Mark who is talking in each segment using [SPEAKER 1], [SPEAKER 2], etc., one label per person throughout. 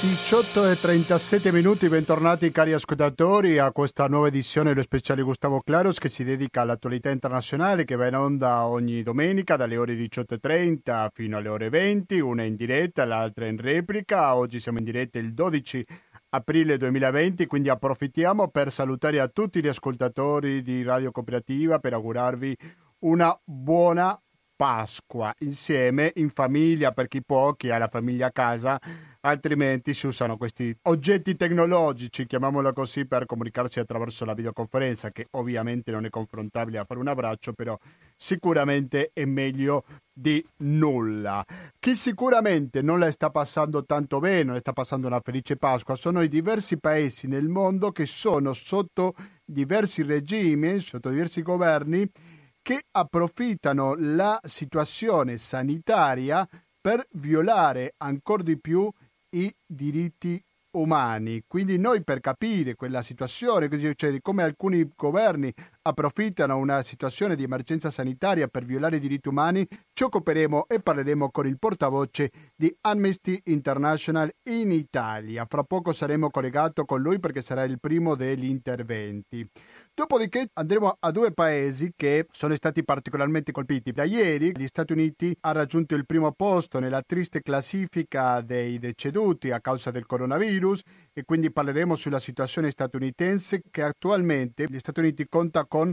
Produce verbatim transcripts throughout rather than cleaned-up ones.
[SPEAKER 1] diciotto e trentasette minuti, bentornati cari ascoltatori a questa nuova edizione dello speciale Gustavo Claros che si dedica all'attualità internazionale, che va in onda ogni domenica dalle ore diciotto e trenta fino alle ore venti, una in diretta, l'altra in replica. Oggi siamo in diretta il dodici aprile duemilaventi, quindi approfittiamo per salutare a tutti gli ascoltatori di Radio Cooperativa, per augurarvi una buona Pasqua insieme in famiglia, per chi può, chi ha la famiglia a casa, altrimenti si usano questi oggetti tecnologici, chiamiamola così, per comunicarsi attraverso la videoconferenza, che ovviamente non è confrontabile a fare un abbraccio, però sicuramente è meglio di nulla. Chi sicuramente non la sta passando tanto bene, non le sta passando una felice Pasqua, sono i diversi paesi nel mondo che sono sotto diversi regimi, sotto diversi governi, che approfittano la situazione sanitaria per violare ancora di più i diritti umani. Quindi noi, per capire quella situazione, cioè come alcuni governi approfittano una situazione di emergenza sanitaria per violare i diritti umani, ci occuperemo e parleremo con il portavoce di Amnesty International in Italia. Fra poco saremo collegato con lui perché sarà il primo degli interventi. Dopodiché andremo a due paesi che sono stati particolarmente colpiti. Da ieri gli Stati Uniti ha raggiunto il primo posto nella triste classifica dei deceduti a causa del coronavirus, e quindi parleremo sulla situazione statunitense, che attualmente gli Stati Uniti conta con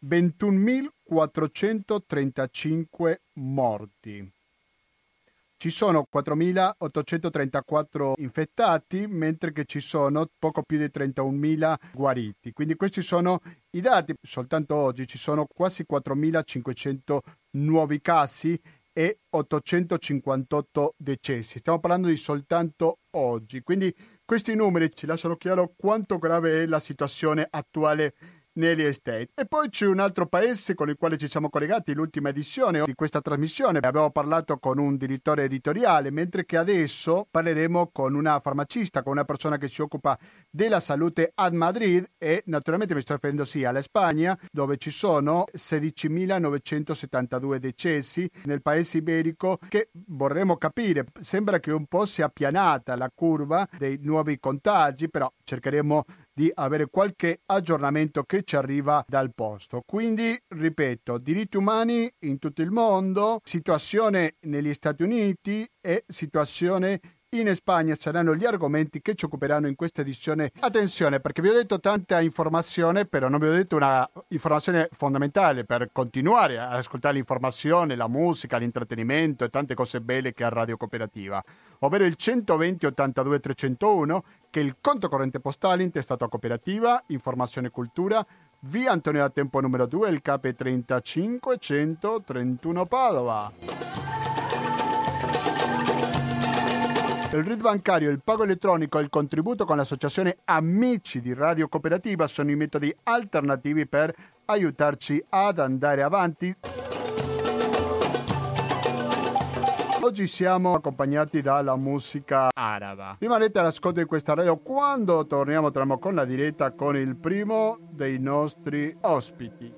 [SPEAKER 1] ventunomilaquattrocentotrentacinque morti. Ci sono quattromilaottocentotrentaquattro infettati, mentre che ci sono poco più di trentaunmila guariti. Quindi questi sono i dati. Soltanto oggi ci sono quasi quattromilacinquecento nuovi casi e ottocentocinquantotto decessi. Stiamo parlando di soltanto oggi. Quindi questi numeri ci lasciano chiaro quanto grave è la situazione attuale negli Stati. E poi c'è un altro paese con il quale ci siamo collegati l'ultima edizione di questa trasmissione. Abbiamo parlato con un direttore editoriale, mentre che adesso parleremo con una farmacista, con una persona che si occupa della salute a Madrid, e naturalmente mi sto riferendo sì alla Spagna, dove ci sono sedicimilanovecentosettantadue decessi nel paese iberico, che vorremmo capire. Sembra che un po' sia appianata la curva dei nuovi contagi, però cercheremo di avere qualche aggiornamento che ci arriva dal posto. Quindi, ripeto, diritti umani in tutto il mondo, situazione negli Stati Uniti e situazione in Spagna saranno gli argomenti che ci occuperanno in questa edizione. Attenzione, perché vi ho detto tanta informazione, però non vi ho detto una informazione fondamentale per continuare ad ascoltare l'informazione, la musica, l'intrattenimento e tante cose belle che ha Radio Cooperativa, ovvero il centoventi ottantadue trecentouno, che è il conto corrente postale intestato a Cooperativa, Informazione e Cultura, via Antonio da Tempo numero due, il K trentacinque centotrentuno Padova. Il R I D bancario, il pago elettronico e il contributo con l'associazione Amici di Radio Cooperativa sono i metodi alternativi per aiutarci ad andare avanti. Oggi siamo accompagnati dalla musica araba. Rimanete all'ascolto di questa radio. Quando torniamo, torniamo con la diretta con il primo dei nostri ospiti.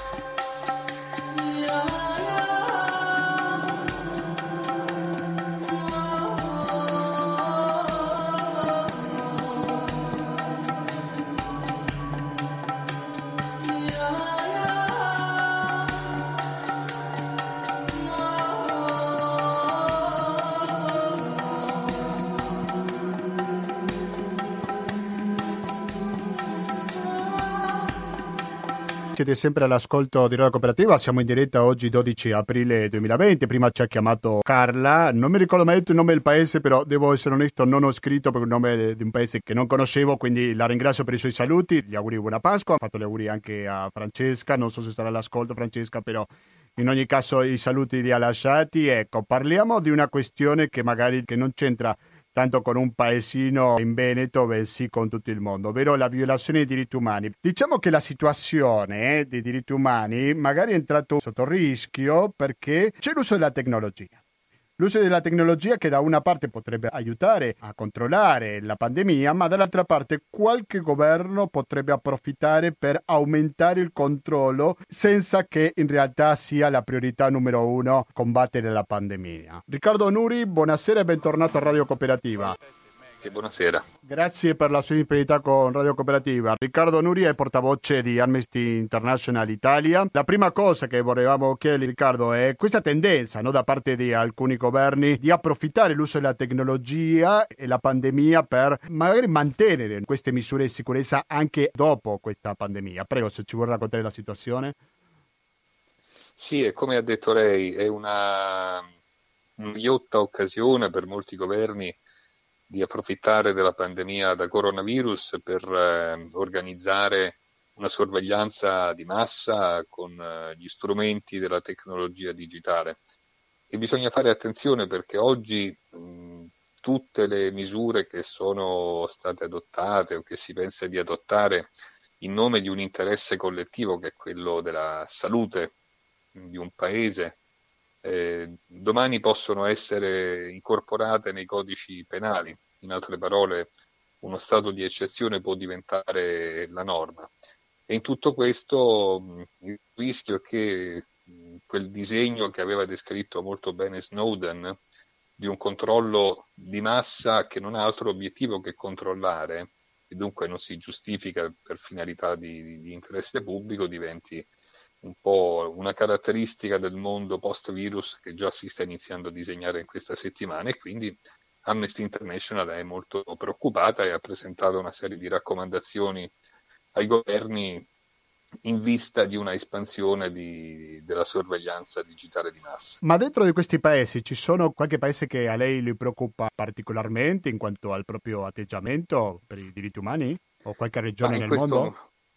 [SPEAKER 1] Siete sempre all'ascolto di Radio Cooperativa, siamo in diretta oggi dodici aprile duemilaventi, prima ci ha chiamato Carla, non mi ricordo mai detto il nome del paese, però devo essere onesto, non ho scritto per un nome di un paese che non conoscevo, quindi la ringrazio per i suoi saluti, gli auguri di buona Pasqua, ha fatto gli auguri anche a Francesca, non so se sarà all'ascolto Francesca, però in ogni caso i saluti li ha lasciati. Ecco, parliamo di una questione che magari che non c'entra tanto con un paesino in Veneto, bensì con tutto il mondo, ovvero la violazione dei diritti umani. Diciamo che la situazione eh, dei diritti umani magari è entrato sotto rischio perché c'è l'uso della tecnologia. L'uso della tecnologia che da una parte potrebbe aiutare a controllare la pandemia, ma dall'altra parte qualche governo potrebbe approfittare per aumentare il controllo senza che in realtà sia la priorità numero uno combattere la pandemia. Riccardo Nuri, buonasera e bentornato a Radio Cooperativa.
[SPEAKER 2] Grazie, buonasera.
[SPEAKER 1] Grazie per la sua disponibilità con Radio Cooperativa. Riccardo Nuri è portavoce di Amnesty International Italia. La prima cosa che volevamo chiedergli, Riccardo, è questa tendenza, no, da parte di alcuni governi di approfittare l'uso della tecnologia e la pandemia per magari mantenere queste misure di sicurezza anche dopo questa pandemia. Prego, se ci vuole raccontare la situazione.
[SPEAKER 2] Sì, e come ha detto lei, è una, una ghiotta occasione per molti governi di approfittare della pandemia da coronavirus per eh, organizzare una sorveglianza di massa con eh, gli strumenti della tecnologia digitale. E bisogna fare attenzione perché oggi mh, tutte le misure che sono state adottate o che si pensa di adottare in nome di un interesse collettivo, che è quello della salute di un paese, eh, domani possono essere incorporate nei codici penali. In altre parole, uno stato di eccezione può diventare la norma. E in tutto questo mh, il rischio è che mh, quel disegno che aveva descritto molto bene Snowden, di un controllo di massa che non ha altro obiettivo che controllare, e dunque non si giustifica per finalità di, di, di interesse pubblico, diventi un po' una caratteristica del mondo post-virus che già si sta iniziando a disegnare in questa settimana, e quindi Amnesty International è molto preoccupata e ha presentato una serie di raccomandazioni ai governi in vista di una espansione di, della sorveglianza digitale di massa.
[SPEAKER 1] Ma dentro di questi paesi ci sono qualche paese che a lei li preoccupa particolarmente in quanto al proprio atteggiamento per i diritti umani? O qualche regione nel
[SPEAKER 2] questo,
[SPEAKER 1] mondo?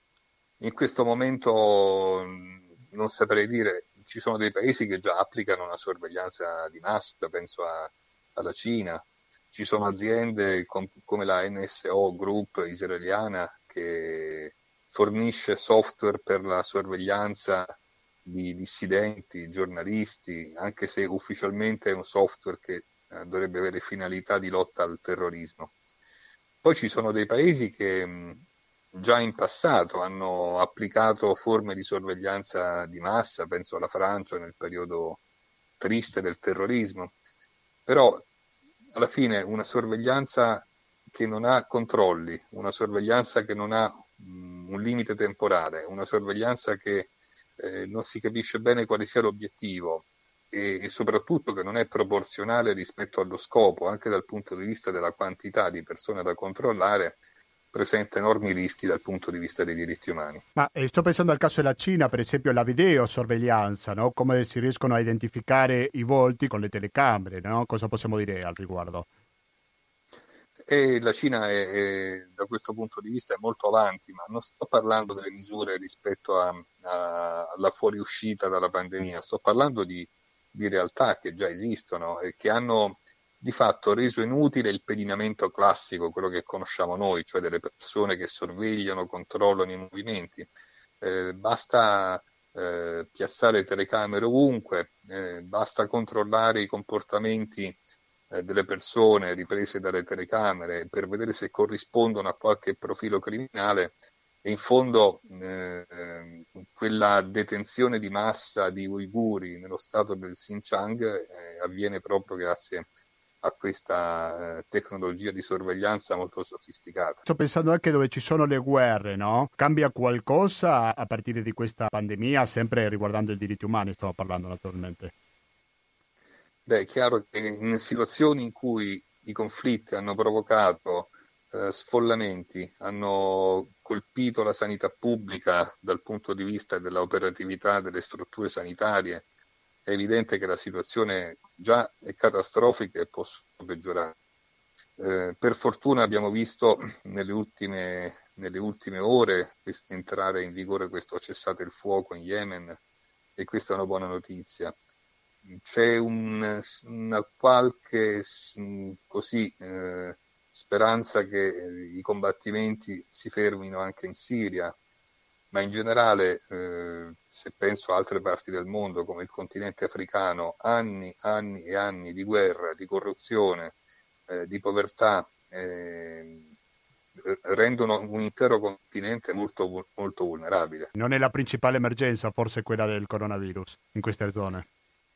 [SPEAKER 2] In questo momento non saprei dire, ci sono dei paesi che già applicano una sorveglianza di massa, penso a, alla Cina, ci sono aziende com, come la N S O Group israeliana che fornisce software per la sorveglianza di dissidenti, giornalisti, anche se ufficialmente è un software che eh, dovrebbe avere finalità di lotta al terrorismo. Poi ci sono dei paesi che mh, già in passato hanno applicato forme di sorveglianza di massa, penso alla Francia nel periodo triste del terrorismo, però alla fine una sorveglianza che non ha controlli, una sorveglianza che non ha mh, un limite temporale, una sorveglianza che eh, non si capisce bene quale sia l'obiettivo e, e soprattutto che non è proporzionale rispetto allo scopo, anche dal punto di vista della quantità di persone da controllare, presenta enormi rischi dal punto di vista dei diritti umani.
[SPEAKER 1] Ma eh, sto pensando al caso della Cina, per esempio la videosorveglianza, no? Come si riescono a identificare i volti con le telecamere, no? Cosa possiamo dire al riguardo?
[SPEAKER 2] E la Cina è, è, da questo punto di vista è molto avanti, ma non sto parlando delle misure rispetto a, a, alla fuoriuscita dalla pandemia, sto parlando di, di realtà che già esistono e che hanno di fatto reso inutile il pedinamento classico, quello che conosciamo noi, cioè delle persone che sorvegliano, controllano i movimenti. Eh, basta eh, piazzare telecamere ovunque, eh, basta controllare i comportamenti eh, delle persone riprese dalle telecamere per vedere se corrispondono a qualche profilo criminale. E in fondo eh, quella detenzione di massa di uiguri nello stato del Xinjiang eh, avviene proprio grazie a questa eh, tecnologia di sorveglianza molto sofisticata.
[SPEAKER 1] Sto pensando anche dove ci sono le guerre, no? Cambia qualcosa a partire di questa pandemia, sempre riguardando i diritti umani, stavo parlando naturalmente.
[SPEAKER 2] Beh, è chiaro che in situazioni in cui i conflitti hanno provocato eh, sfollamenti, hanno colpito la sanità pubblica dal punto di vista dell'operatività delle strutture sanitarie, è evidente che la situazione già è catastrofica e può peggiorare. Eh, per fortuna abbiamo visto nelle ultime, nelle ultime ore entrare in vigore questo cessate il fuoco in Yemen, e questa è una buona notizia. C'è un, una qualche così, eh, speranza che i combattimenti si fermino anche in Siria, ma in generale, eh, se penso a altre parti del mondo come il continente africano, anni, anni e anni di guerra, di corruzione, eh, di povertà, eh, rendono un intero continente molto, molto vulnerabile.
[SPEAKER 1] Non è la principale emergenza, forse quella del coronavirus in queste zone?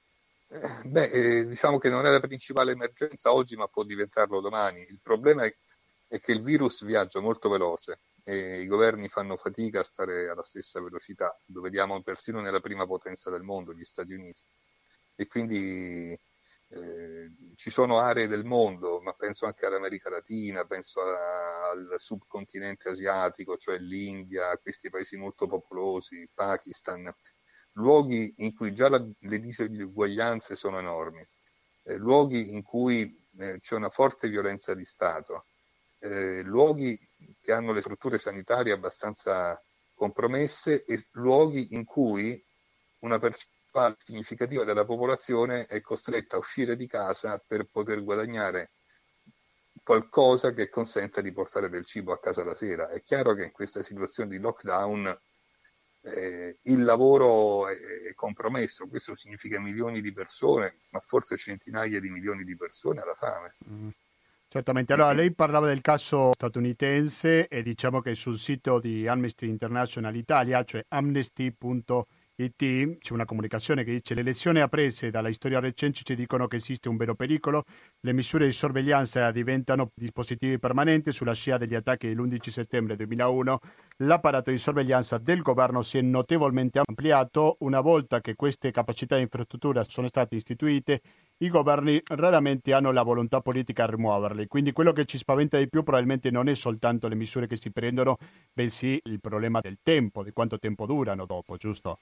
[SPEAKER 2] Eh, beh, eh, diciamo che non è la principale emergenza oggi, ma può diventarlo domani. Il problema è, è che il virus viaggia molto veloce e i governi fanno fatica a stare alla stessa velocità. Lo vediamo persino nella prima potenza del mondo, gli Stati Uniti. E quindi eh, ci sono aree del mondo, ma penso anche all'America Latina, penso a- al subcontinente asiatico, cioè l'India, questi paesi molto popolosi, il Pakistan, luoghi in cui già la- le diseguaglianze sono enormi, eh, luoghi in cui eh, c'è una forte violenza di Stato, eh, luoghi che hanno le strutture sanitarie abbastanza compromesse e luoghi in cui una percentuale significativa della popolazione è costretta a uscire di casa per poter guadagnare qualcosa che consenta di portare del cibo a casa la sera. È chiaro che in questa situazione di lockdown eh, il lavoro è, è compromesso, questo significa milioni di persone, ma forse centinaia di milioni di persone alla fame.
[SPEAKER 1] Mm. Certamente, allora lei parlava del caso statunitense e diciamo che sul sito di Amnesty International Italia, cioè amnesty punto it, c'è una comunicazione che dice: le lezioni apprese dalla storia recente ci dicono che esiste un vero pericolo, le misure di sorveglianza diventano dispositivi permanenti sulla scia degli attacchi dell'undici settembre duemilauno. L'apparato di sorveglianza del governo si è notevolmente ampliato. Una volta che queste capacità di infrastruttura sono state istituite, i governi raramente hanno la volontà politica a rimuoverli, quindi quello che ci spaventa di più probabilmente non è soltanto le misure che si prendono, bensì il problema del tempo, di quanto tempo durano dopo, giusto?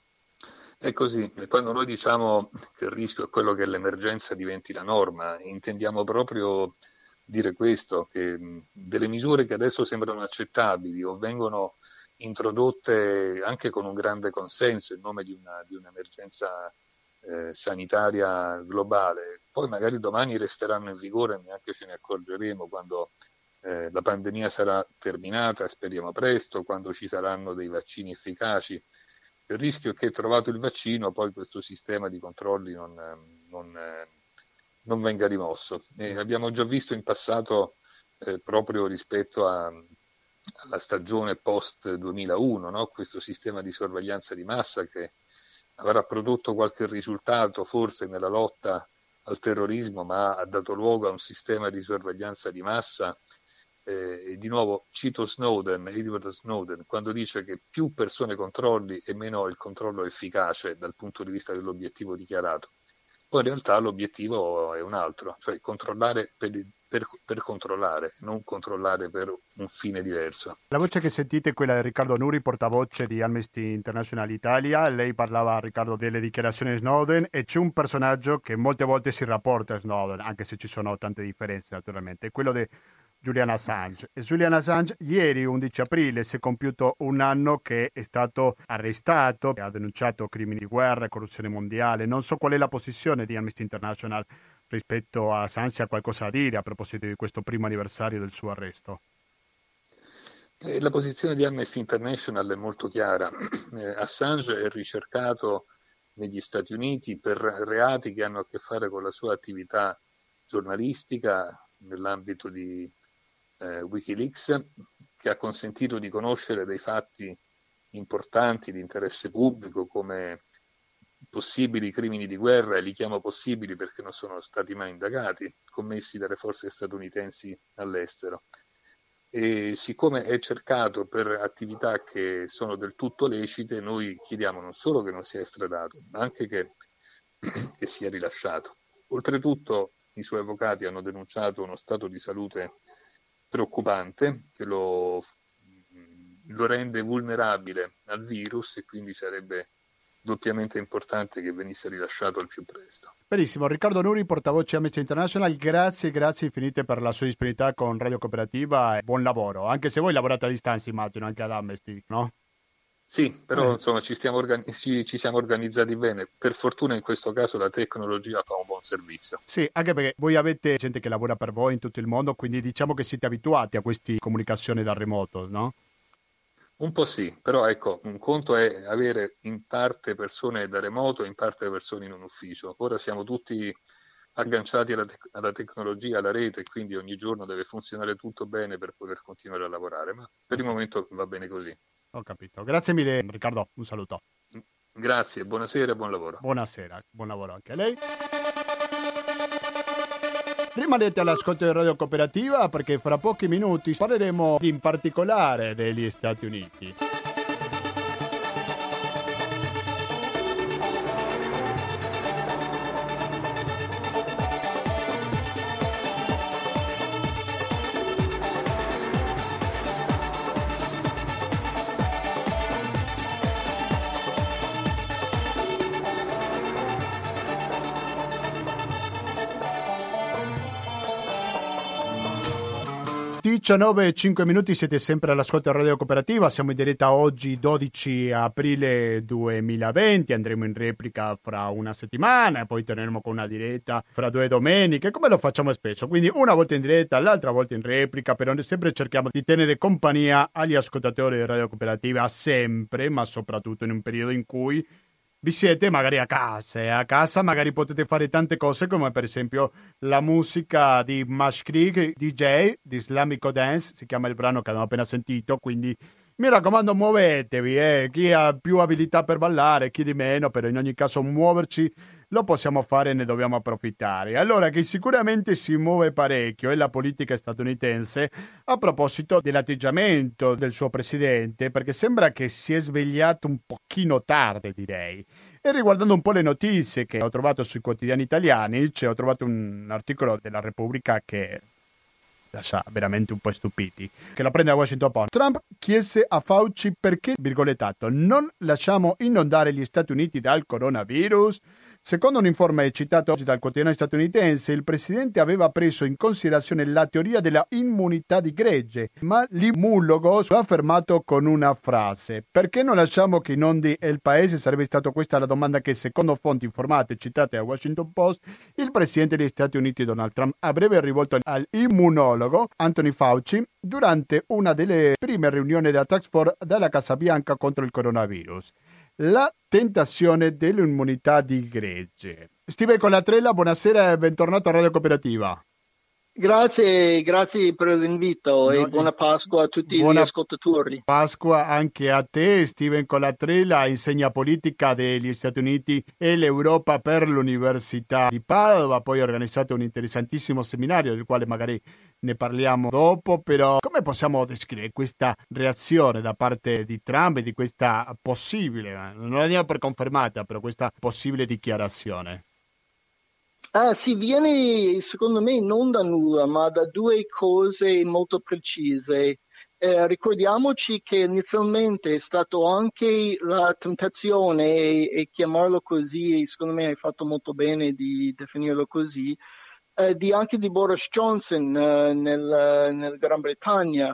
[SPEAKER 2] È così, e quando noi diciamo che il rischio è quello che l'emergenza diventi la norma, intendiamo proprio dire questo, che mh, delle misure che adesso sembrano accettabili o vengono introdotte anche con un grande consenso in nome di, una, di un'emergenza eh, sanitaria globale, poi magari domani resteranno in vigore e neanche ce ne accorgeremo quando eh, la pandemia sarà terminata, speriamo presto, quando ci saranno dei vaccini efficaci. Il rischio è che trovato il vaccino poi questo sistema di controlli non, non, non venga rimosso. E abbiamo già visto in passato, eh, proprio rispetto a, alla stagione post duemilauno, no? Questo sistema di sorveglianza di massa che avrà prodotto qualche risultato forse nella lotta al terrorismo, ma ha dato luogo a un sistema di sorveglianza di massa. Eh, di nuovo cito Snowden, Edward Snowden, quando dice che più persone controlli e meno il controllo è efficace dal punto di vista dell'obiettivo dichiarato. Poi in realtà l'obiettivo è un altro, cioè controllare per, per, per controllare, non controllare per un fine diverso.
[SPEAKER 1] La voce che sentite è quella di Riccardo Nuri, portavoce di Amnesty International Italia. Lei parlava, Riccardo, delle dichiarazioni di Snowden e c'è un personaggio che molte volte si rapporta a Snowden, anche se ci sono tante differenze naturalmente, è quello di Julian Assange. E Julian Assange ieri, undici aprile, si è compiuto un anno che è stato arrestato, ha denunciato crimini di guerra e corruzione mondiale. Non so qual è la posizione di Amnesty International rispetto a Assange, se ha qualcosa da dire a proposito di questo primo anniversario del suo arresto.
[SPEAKER 2] Eh, La posizione di Amnesty International è molto chiara. Eh, Assange è ricercato negli Stati Uniti per reati che hanno a che fare con la sua attività giornalistica nell'ambito di eh, Wikileaks, che ha consentito di conoscere dei fatti importanti di interesse pubblico come possibili crimini di guerra, e li chiamo possibili perché non sono stati mai indagati, commessi dalle forze statunitensi all'estero. E siccome è cercato per attività che sono del tutto lecite, noi chiediamo non solo che non sia estradato, ma anche che, che sia rilasciato. Oltretutto i suoi avvocati hanno denunciato uno stato di salute preoccupante che lo, lo rende vulnerabile al virus e quindi sarebbe doppiamente importante che venisse rilasciato al più presto.
[SPEAKER 1] Benissimo, Riccardo Nuri, portavoce Amnesty International, grazie, grazie infinite per la sua disponibilità con Radio Cooperativa e buon lavoro, anche se voi lavorate a distanza immagino, anche ad Amnesty, no?
[SPEAKER 2] Sì, però
[SPEAKER 1] Eh.
[SPEAKER 2] insomma ci, stiamo organi- ci, ci siamo organizzati bene. Per fortuna in questo caso la tecnologia fa un buon servizio.
[SPEAKER 1] Sì, anche perché voi avete gente che lavora per voi in tutto il mondo, quindi diciamo che siete abituati a queste comunicazioni da remoto, no?
[SPEAKER 2] Un po' sì, però ecco, un conto è avere in parte persone da remoto e in parte persone in un ufficio. Ora siamo tutti agganciati alla, te- alla tecnologia, alla rete, quindi ogni giorno deve funzionare tutto bene per poter continuare a lavorare, ma per il momento va bene così.
[SPEAKER 1] Ho capito. Grazie mille, Riccardo, un saluto.
[SPEAKER 2] Grazie, buonasera e buon lavoro.
[SPEAKER 1] Buonasera, buon lavoro anche a lei. Rimanete all'ascolto di Radio Cooperativa perché fra pochi minuti parleremo in particolare degli Stati Uniti. diciannove e cinque minuti, siete sempre all'ascolto Radio Cooperativa, siamo in diretta oggi dodici aprile duemilaventi, andremo in replica fra una settimana e poi torneremo con una diretta fra due domeniche, come lo facciamo spesso, quindi una volta in diretta, l'altra volta in replica, però sempre cerchiamo di tenere compagnia agli ascoltatori di Radio Cooperativa sempre, ma soprattutto in un periodo in cui vi siete magari a casa e a casa magari potete fare tante cose come per esempio la musica di Mash Creek D J di Islamico Dance, si chiama il brano che abbiamo appena sentito, quindi mi raccomando muovetevi, eh. Chi ha più abilità per ballare, chi di meno, però in ogni caso muoverci lo possiamo fare e ne dobbiamo approfittare. Allora, che sicuramente si muove parecchio è la politica statunitense a proposito dell'atteggiamento del suo presidente, perché sembra che si è svegliato un pochino tardi, direi. E riguardando un po' le notizie che ho trovato sui quotidiani italiani, cioè ho trovato un articolo della Repubblica che lascia veramente un po' stupiti, che la prende da Washington Post. Trump chiese a Fauci perché, virgolettato, non lasciamo inondare gli Stati Uniti dal coronavirus. Secondo un informe citato oggi dal quotidiano statunitense, il presidente aveva preso in considerazione la teoria della immunità di gregge, ma l'immunologo ha affermato con una frase: perché non lasciamo che inondi il paese? Sarebbe stata questa la domanda che, secondo fonti informate citate a Washington Post, il presidente degli Stati Uniti Donald Trump avrebbe rivolto all'immunologo Anthony Fauci durante una delle prime riunioni della Task Force della Casa Bianca contro il coronavirus. La tentazione dell'immunità di gregge. Steve Colatrella, buonasera e bentornato a Radio Cooperativa.
[SPEAKER 3] Grazie, grazie per l'invito
[SPEAKER 1] no,
[SPEAKER 3] e buona Pasqua a tutti
[SPEAKER 1] buona
[SPEAKER 3] gli ascoltatori.
[SPEAKER 1] Pasqua anche a te, Steven Colatrella, insegna politica degli Stati Uniti e l'Europa per l'Università di Padova, poi ha organizzato un interessantissimo seminario del quale magari ne parliamo dopo, però come possiamo descrivere questa reazione da parte di Trump e di questa possibile, non la diamo per confermata, però questa possibile dichiarazione?
[SPEAKER 3] Ah, sì, viene secondo me non da nulla, ma da due cose molto precise. Eh, ricordiamoci che inizialmente è stato anche la tentazione, e, e chiamarlo così, secondo me hai fatto molto bene di definirlo così, eh, di anche di Boris Johnson eh, nel, nel Gran Bretagna.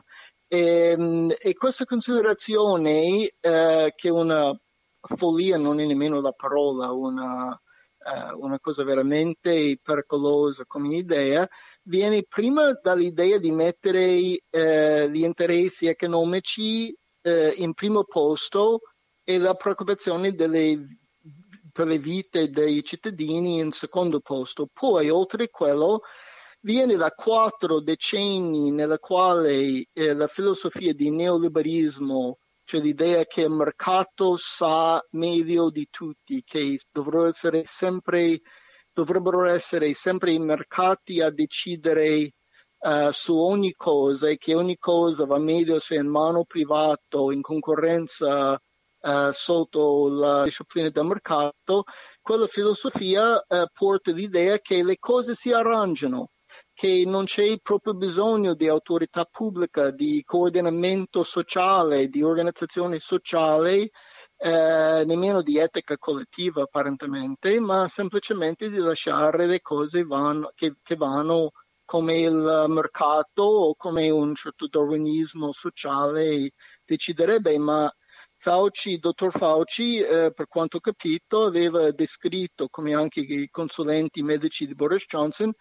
[SPEAKER 3] E, e questa considerazione, eh, che è una follia, non è nemmeno la parola, una... Uh, una cosa veramente pericolosa come idea, viene prima dall'idea di mettere uh, gli interessi economici uh, in primo posto e la preoccupazione delle, per le vite dei cittadini in secondo posto. Poi, oltre a quello, viene da quattro decenni nella quale uh, la filosofia di neoliberismo, cioè l'idea che il mercato sa meglio di tutti, che dovrebbero essere sempre, dovrebbero essere sempre i mercati a decidere uh, su ogni cosa e che ogni cosa va meglio se in mano privato, in concorrenza uh, sotto la disciplina del mercato, quella filosofia uh, porta l'idea che le cose si arrangiano, che non c'è proprio bisogno di autorità pubblica, di coordinamento sociale, di organizzazione sociale, eh, nemmeno di etica collettiva apparentemente, ma semplicemente di lasciare le cose vanno, che, che vanno come il mercato o come un certo darwinismo sociale deciderebbe. Ma Fauci, il dottor Fauci, eh, per quanto ho capito, aveva descritto, come anche i consulenti medici di Boris Johnson,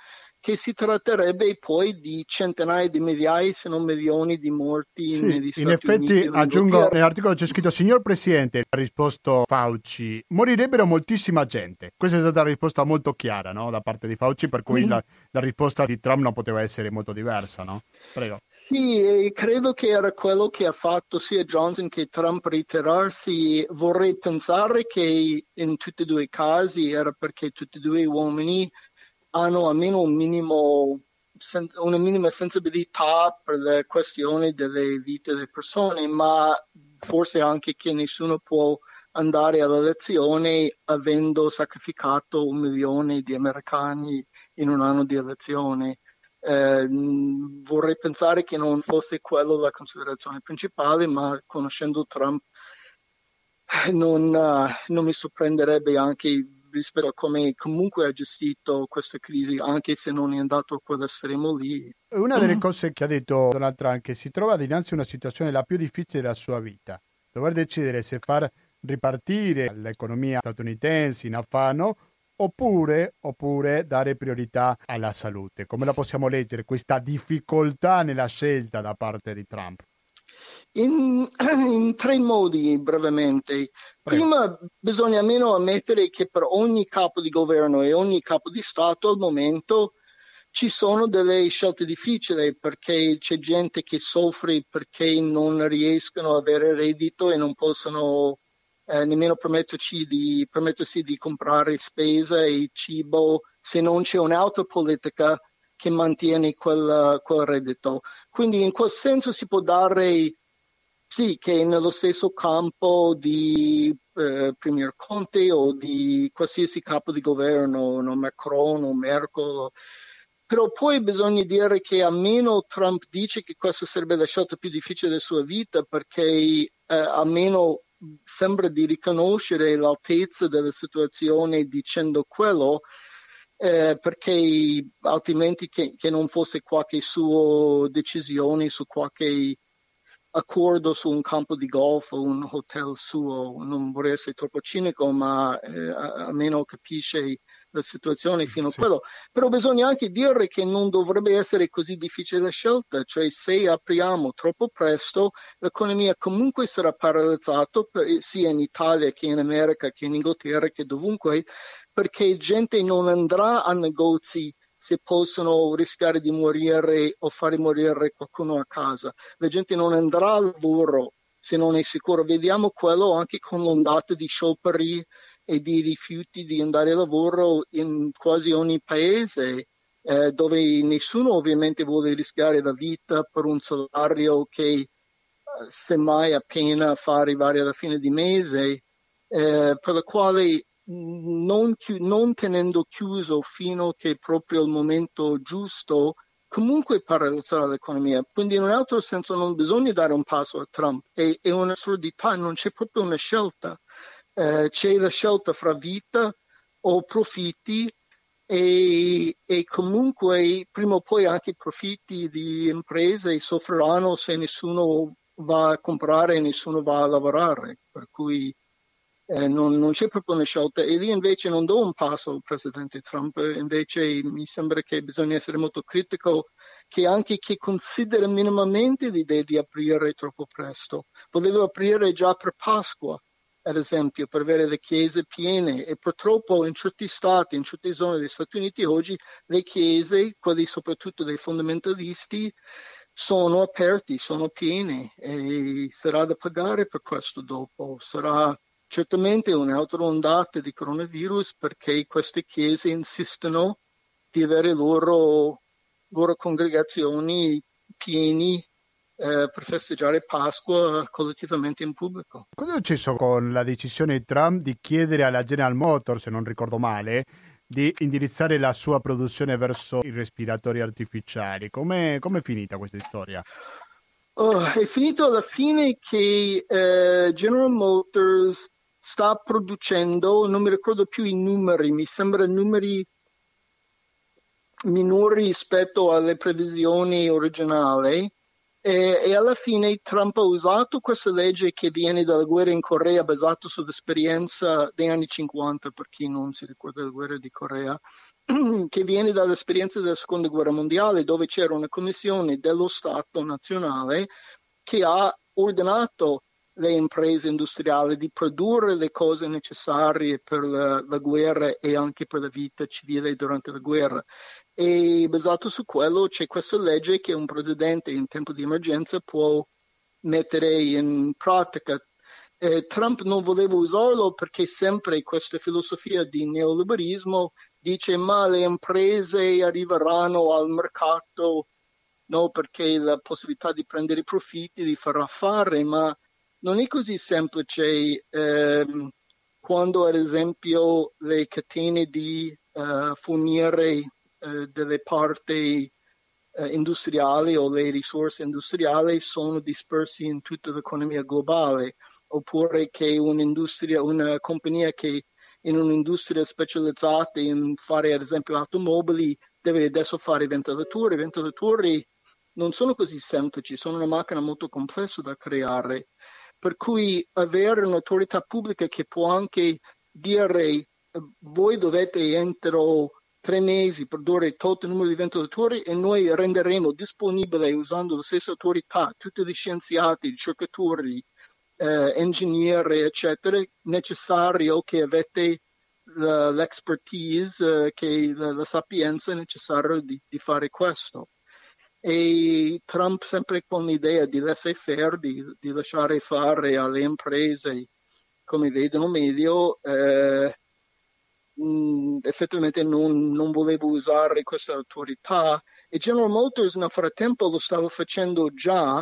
[SPEAKER 3] che si tratterebbe poi di centinaia di migliaia, se non milioni di morti
[SPEAKER 1] sì,
[SPEAKER 3] negli Stati
[SPEAKER 1] in effetti
[SPEAKER 3] Uniti.
[SPEAKER 1] aggiungo, nell'articolo c'è scritto: signor Presidente, ha risposto Fauci, morirebbero moltissima gente. Questa è stata una risposta molto chiara, no? Da parte di Fauci, per cui mm. la, la risposta di Trump non poteva essere molto diversa, no? Prego.
[SPEAKER 3] Sì, credo che era quello che ha fatto sia Johnson che Trump ritirarsi. Vorrei pensare che in tutti e due i casi era perché tutti e due gli uomini hanno almeno un minimo, una minima sensibilità per le questioni delle vite delle persone, ma forse anche che nessuno può andare alle elezioni avendo sacrificato un milione di americani in un anno di elezioni. Eh, vorrei pensare che non fosse quello la considerazione principale, ma conoscendo Trump non, uh, non mi sorprenderebbe anche rispetto a come comunque ha gestito questa crisi, anche se non è andato a quell'estremo lì.
[SPEAKER 1] Una delle cose che ha detto Donald Trump è che si trova dinanzi a una situazione la più difficile della sua vita, dover decidere se far ripartire l'economia statunitense in affanno oppure, oppure dare priorità alla salute. Come la possiamo leggere questa difficoltà nella scelta da parte di Trump?
[SPEAKER 3] In, in tre modi, brevemente. Prima Prego. Bisogna almeno ammettere che per ogni capo di governo e ogni capo di Stato al momento ci sono delle scelte difficili, perché c'è gente che soffre perché non riescono ad avere reddito e non possono eh, nemmeno permetterci di, permettersi di comprare spesa e cibo se non c'è un'autopolitica che mantiene quel, quel reddito. Quindi in quel senso si può dare sì che nello stesso campo di eh, Premier Conte o di qualsiasi capo di governo, no, Macron o Merkel, però poi bisogna dire che almeno Trump dice che questa sarebbe la scelta più difficile della sua vita, perché eh, almeno sembra di riconoscere l'altezza della situazione dicendo quello, eh, perché altrimenti che, che non fosse qualche sua decisione su qualche accordo su un campo di golf o un hotel suo, non vorrei essere troppo cinico, ma eh, almeno capisce la situazione fino sì. a quello. Però bisogna anche dire che non dovrebbe essere così difficile la scelta, cioè se apriamo troppo presto l'economia comunque sarà paralizzata sia in Italia che in America che in Inghilterra che dovunque, perché gente non andrà a negozi se possono rischiare di morire o fare morire qualcuno a casa. La gente non andrà al lavoro se non è sicuro. Vediamo quello anche con l'ondata di scioperi e di rifiuti di andare a lavoro in quasi ogni paese, eh, dove nessuno ovviamente vuole rischiare la vita per un salario che eh, semmai appena fa arrivare alla fine di mese, eh, per la quale Non, chi- non tenendo chiuso fino che proprio il momento giusto, comunque paralizzare l'economia. Quindi in un altro senso non bisogna dare un passo a Trump, è, è un'assurdità, non c'è proprio una scelta. Eh, c'è la scelta fra vita o profitti e, e comunque prima o poi anche i profitti di imprese soffriranno se nessuno va a comprare e nessuno va a lavorare. Per cui Eh, non, non c'è proprio una scelta e lì invece non do un passo al presidente Trump, invece mi sembra che bisogna essere molto critico che anche chi considera minimamente l'idea di aprire troppo presto. Volevo aprire già per Pasqua, ad esempio, per avere le chiese piene e purtroppo in certi stati, in certe zone degli Stati Uniti oggi le chiese, quelli soprattutto dei fondamentalisti, sono aperti, sono piene e sarà da pagare per questo dopo, sarà certamente un'altra ondata di coronavirus perché queste chiese insistono di avere loro, loro congregazioni pieni eh, per festeggiare Pasqua collettivamente in pubblico.
[SPEAKER 1] Cosa è successo con la decisione di Trump di chiedere alla General Motors, se non ricordo male, di indirizzare la sua produzione verso i respiratori artificiali? Come è finita questa storia?
[SPEAKER 3] Oh, è finito alla fine che eh, General Motors sta producendo, non mi ricordo più i numeri, mi sembra numeri minori rispetto alle previsioni originali e, e alla fine Trump ha usato questa legge che viene dalla guerra in Corea basata sull'esperienza degli anni cinquanta, per chi non si ricorda la guerra di Corea, che viene dall'esperienza della seconda guerra mondiale, dove c'era una commissione dello Stato nazionale che ha ordinato le imprese industriali di produrre le cose necessarie per la, la guerra e anche per la vita civile durante la guerra. E basato su quello c'è questa legge che un presidente in tempo di emergenza può mettere in pratica. Eh, Trump non voleva usarlo perché sempre questa filosofia di neoliberismo dice ma le imprese arriveranno al mercato, no, perché la possibilità di prendere i profitti li farà fare, ma non è così semplice. Eh, quando ad esempio le catene di uh, fornire uh, delle parti uh, industriali o le risorse industriali sono disperse in tutta l'economia globale, oppure che un'industria, una compagnia che in un'industria specializzata in fare ad esempio automobili deve adesso fare ventilatori. I ventilatori non sono così semplici, sono una macchina molto complessa da creare. Per cui avere un'autorità pubblica che può anche dire voi dovete entro tre mesi produrre tutto il numero di ventilatori e noi renderemo disponibile usando la stessa autorità tutti gli scienziati, ricercatori, eh, ingegneri, eccetera, necessario che avete la, l'expertise, eh, che la, la sapienza necessaria di, di fare questo. E Trump sempre con l'idea di laissez-faire, di, di lasciare fare alle imprese come vedono meglio, eh, mh, effettivamente non, non volevo usare questa autorità e General Motors nel frattempo lo stava facendo già,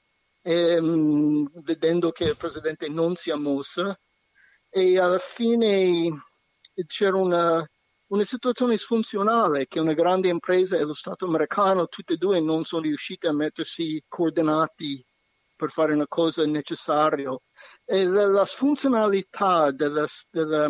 [SPEAKER 3] ehm, vedendo che il presidente non si è mossa e alla fine c'era una una situazione disfunzionale che una grande impresa e lo Stato americano, tutte e due non sono riuscite a mettersi coordinati per fare una cosa necessaria. E la, la funzionalità della, della,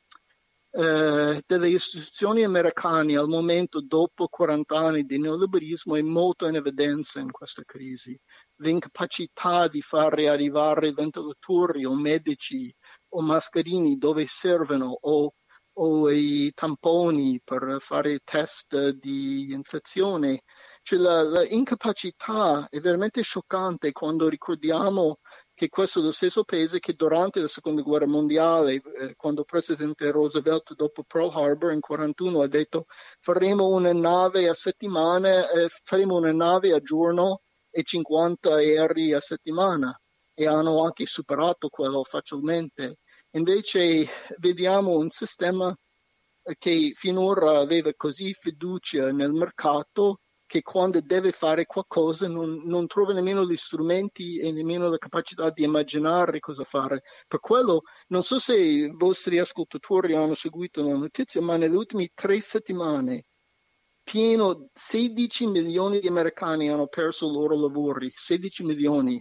[SPEAKER 3] eh, delle istituzioni americane al momento, dopo quaranta anni di neoliberismo, è molto in evidenza in questa crisi. L'incapacità di fare arrivare ventilatori o medici o mascherine dove servono o o i tamponi per fare test di infezione. Cioè la, la incapacità è veramente scioccante quando ricordiamo che questo è lo stesso paese che durante la seconda guerra mondiale, eh, quando il presidente Roosevelt dopo Pearl Harbor in quarantuno ha detto faremo una nave a settimana, eh, faremo una nave a giorno e cinquanta aerei a settimana e hanno anche superato quello facilmente. Invece vediamo un sistema che finora aveva così fiducia nel mercato che quando deve fare qualcosa non, non trova nemmeno gli strumenti e nemmeno la capacità di immaginare cosa fare. Per quello, non so se i vostri ascoltatori hanno seguito la notizia, ma nelle ultime tre settimane pieno sedici milioni di americani hanno perso i loro lavori, sedici milioni.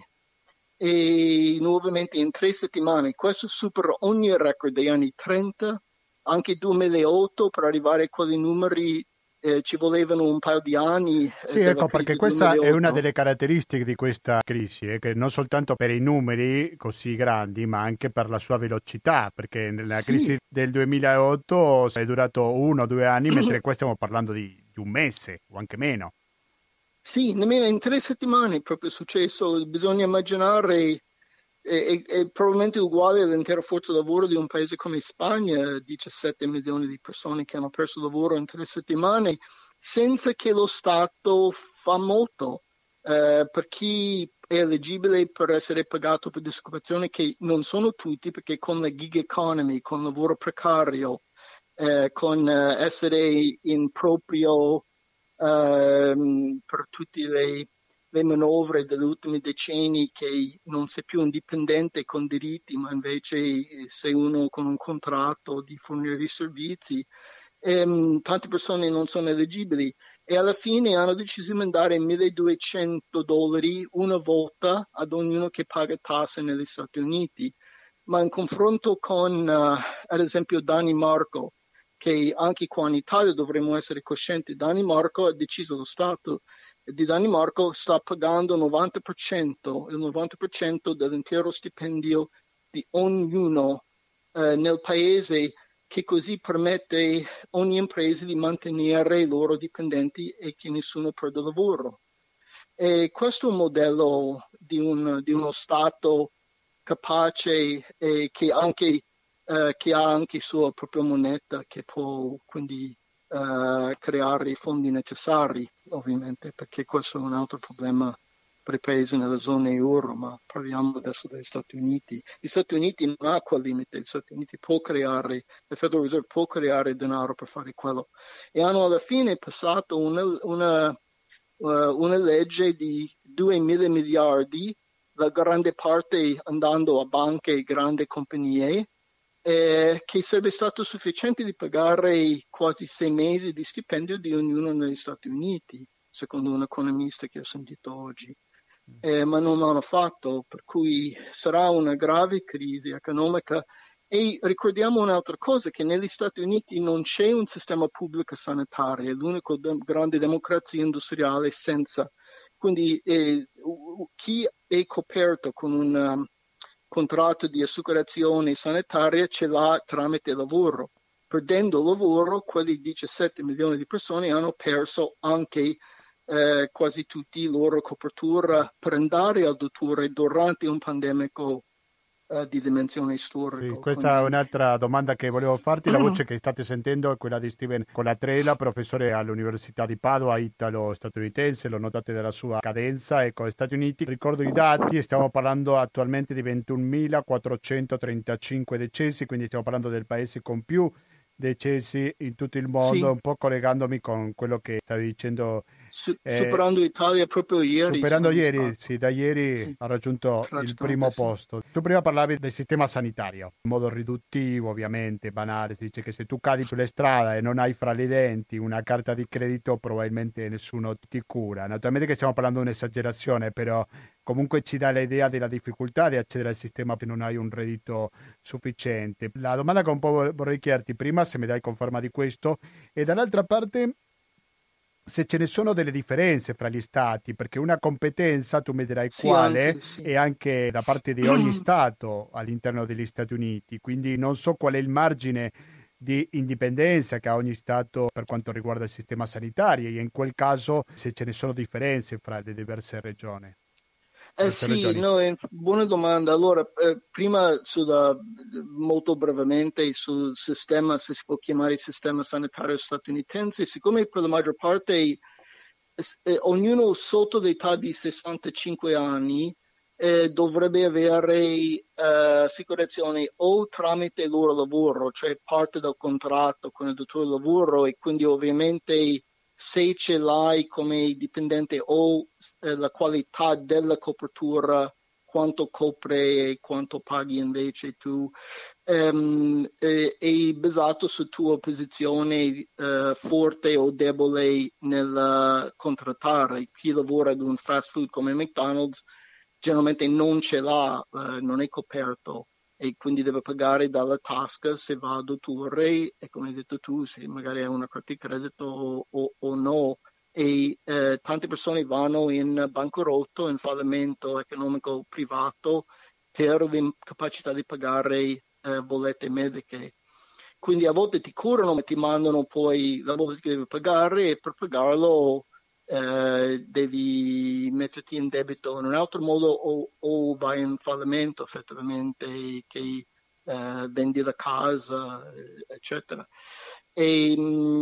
[SPEAKER 3] E nuovamente in tre settimane, questo supera ogni record degli anni trenta, anche duemilaotto per arrivare a quei numeri eh, ci volevano un paio di anni.
[SPEAKER 1] Sì, ecco, perché questa duemilaotto è una delle caratteristiche di questa crisi, eh, che non soltanto per i numeri così grandi, ma anche per la sua velocità, perché nella sì. crisi del duemilaotto è durato uno o due anni, mentre qua stiamo parlando di, di un mese o anche meno.
[SPEAKER 3] Sì, nemmeno in tre settimane è proprio successo. Bisogna immaginare, è, è, è probabilmente uguale all'intera forza lavoro di un paese come Spagna, diciassette milioni di persone che hanno perso lavoro in tre settimane, senza che lo Stato fa molto. Eh, per chi è eleggibile per essere pagato per disoccupazione, che non sono tutti, perché con la gig economy, con lavoro precario, eh, con eh, essere in proprio... Uh, per tutte le, le manovre degli ultimi decenni che non sei più indipendente con diritti, ma invece sei uno con un contratto di fornire i servizi. Um, tante persone non sono eleggibili e alla fine hanno deciso di mandare milleduecento dollari una volta ad ognuno che paga tasse negli Stati Uniti. Ma in confronto con, uh, ad esempio, Danimarca, che anche qua in Italia dovremmo essere coscienti, Danimarca ha deciso, lo Stato di Danimarca sta pagando il novanta per cento, il novanta per cento dell'intero stipendio di ognuno eh, nel paese che così permette ogni impresa di mantenere i loro dipendenti e che nessuno perde lavoro. E questo è un modello di, un, di uno Stato capace e che, anche, eh, che ha anche sua propria moneta, che può quindi eh, creare i fondi necessari, ovviamente, perché questo è un altro problema per i paesi nella zona euro, ma parliamo adesso degli Stati Uniti. Gli Stati Uniti non ha quel limite, gli Stati Uniti può creare, il Federal Reserve può creare denaro per fare quello. E hanno alla fine passato una, una, uh, una legge di duemila miliardi, la grande parte andando a banche e grandi compagnie, eh, che sarebbe stato sufficiente di pagare quasi sei mesi di stipendio di ognuno negli Stati Uniti, secondo un economista che ho sentito oggi. Eh, ma non l'hanno fatto, per cui sarà una grave crisi economica. E ricordiamo un'altra cosa, che negli Stati Uniti non c'è un sistema pubblico sanitario, è l'unica de- grande democrazia industriale senza. Quindi eh, chi è coperto con un um, contratto di assicurazione sanitaria ce l'ha tramite lavoro. Perdendo il lavoro, quelli diciassette milioni di persone hanno perso anche Eh, quasi tutti loro copertura per andare al dottore durante un pandemico eh, di dimensione storica.
[SPEAKER 1] Sì, questa
[SPEAKER 3] Quindi...
[SPEAKER 1] è un'altra domanda che volevo farti. La voce che state sentendo è quella di Steven Colatrella, professore all'Università di Padova, italo-statunitense. Lo notate dalla sua cadenza. Ecco, Stati Uniti, ricordo i dati, stiamo parlando attualmente di ventunomilaquattrocentotrentacinque decessi, quindi stiamo parlando del paese con più decessi in tutto il mondo,
[SPEAKER 3] Sì.
[SPEAKER 1] un po' collegandomi con quello che stavi dicendo.
[SPEAKER 3] Su-
[SPEAKER 1] eh,
[SPEAKER 3] superando l'Italia proprio ieri.
[SPEAKER 1] Superando ieri, sì, da ieri
[SPEAKER 3] sì.
[SPEAKER 1] ha raggiunto il primo
[SPEAKER 3] sì.
[SPEAKER 1] posto. Tu prima parlavi del sistema sanitario, in modo riduttivo, ovviamente, banale. Si dice che se tu cadi sulle strade e non hai fra i denti una carta di credito, probabilmente nessuno ti cura. Naturalmente che stiamo parlando di un'esagerazione, però comunque ci dà l'idea della difficoltà di accedere al sistema se non hai un reddito sufficiente. La domanda che un po' vorrei chiederti prima, se mi dai conferma di questo, e dall'altra parte se ce ne sono delle differenze fra gli stati, perché una competenza, tu mi dirai
[SPEAKER 3] Sì,
[SPEAKER 1] quale,
[SPEAKER 3] anche, sì.
[SPEAKER 1] è anche da parte di ogni stato all'interno degli Stati Uniti, quindi non so qual è il margine di indipendenza che ha ogni stato per quanto riguarda il sistema sanitario e in quel caso se ce ne sono differenze fra le diverse regioni.
[SPEAKER 3] Eh sì, no, è buona domanda. Allora, eh, prima sulla, molto brevemente sul sistema, se si può chiamare il sistema sanitario statunitense, siccome per la maggior parte eh, eh, ognuno sotto l'età di sessantacinque anni eh, dovrebbe avere eh, assicurazione o tramite il loro lavoro, cioè parte del contratto con il datore di lavoro e quindi ovviamente se ce l'hai come dipendente o eh, la qualità della copertura, quanto copre e quanto paghi invece tu, um, è, è basato su tua posizione uh, forte o debole nel contrattare. Chi lavora ad un fast food come McDonald's generalmente non ce l'ha, uh, non è coperto e quindi deve pagare dalla tasca se va a dottore e come hai detto tu, se magari hai una carta di credito o, o, o no. E eh, tante persone vanno in bancarotta, in fallimento economico privato per l'incapacità di pagare eh, bollette mediche. Quindi a volte ti curano ma ti mandano poi la bolletta che devi pagare e per pagarlo eh, devi metterti in debito in un altro modo o, o vai in fallimento effettivamente che eh, vendi la casa eccetera e,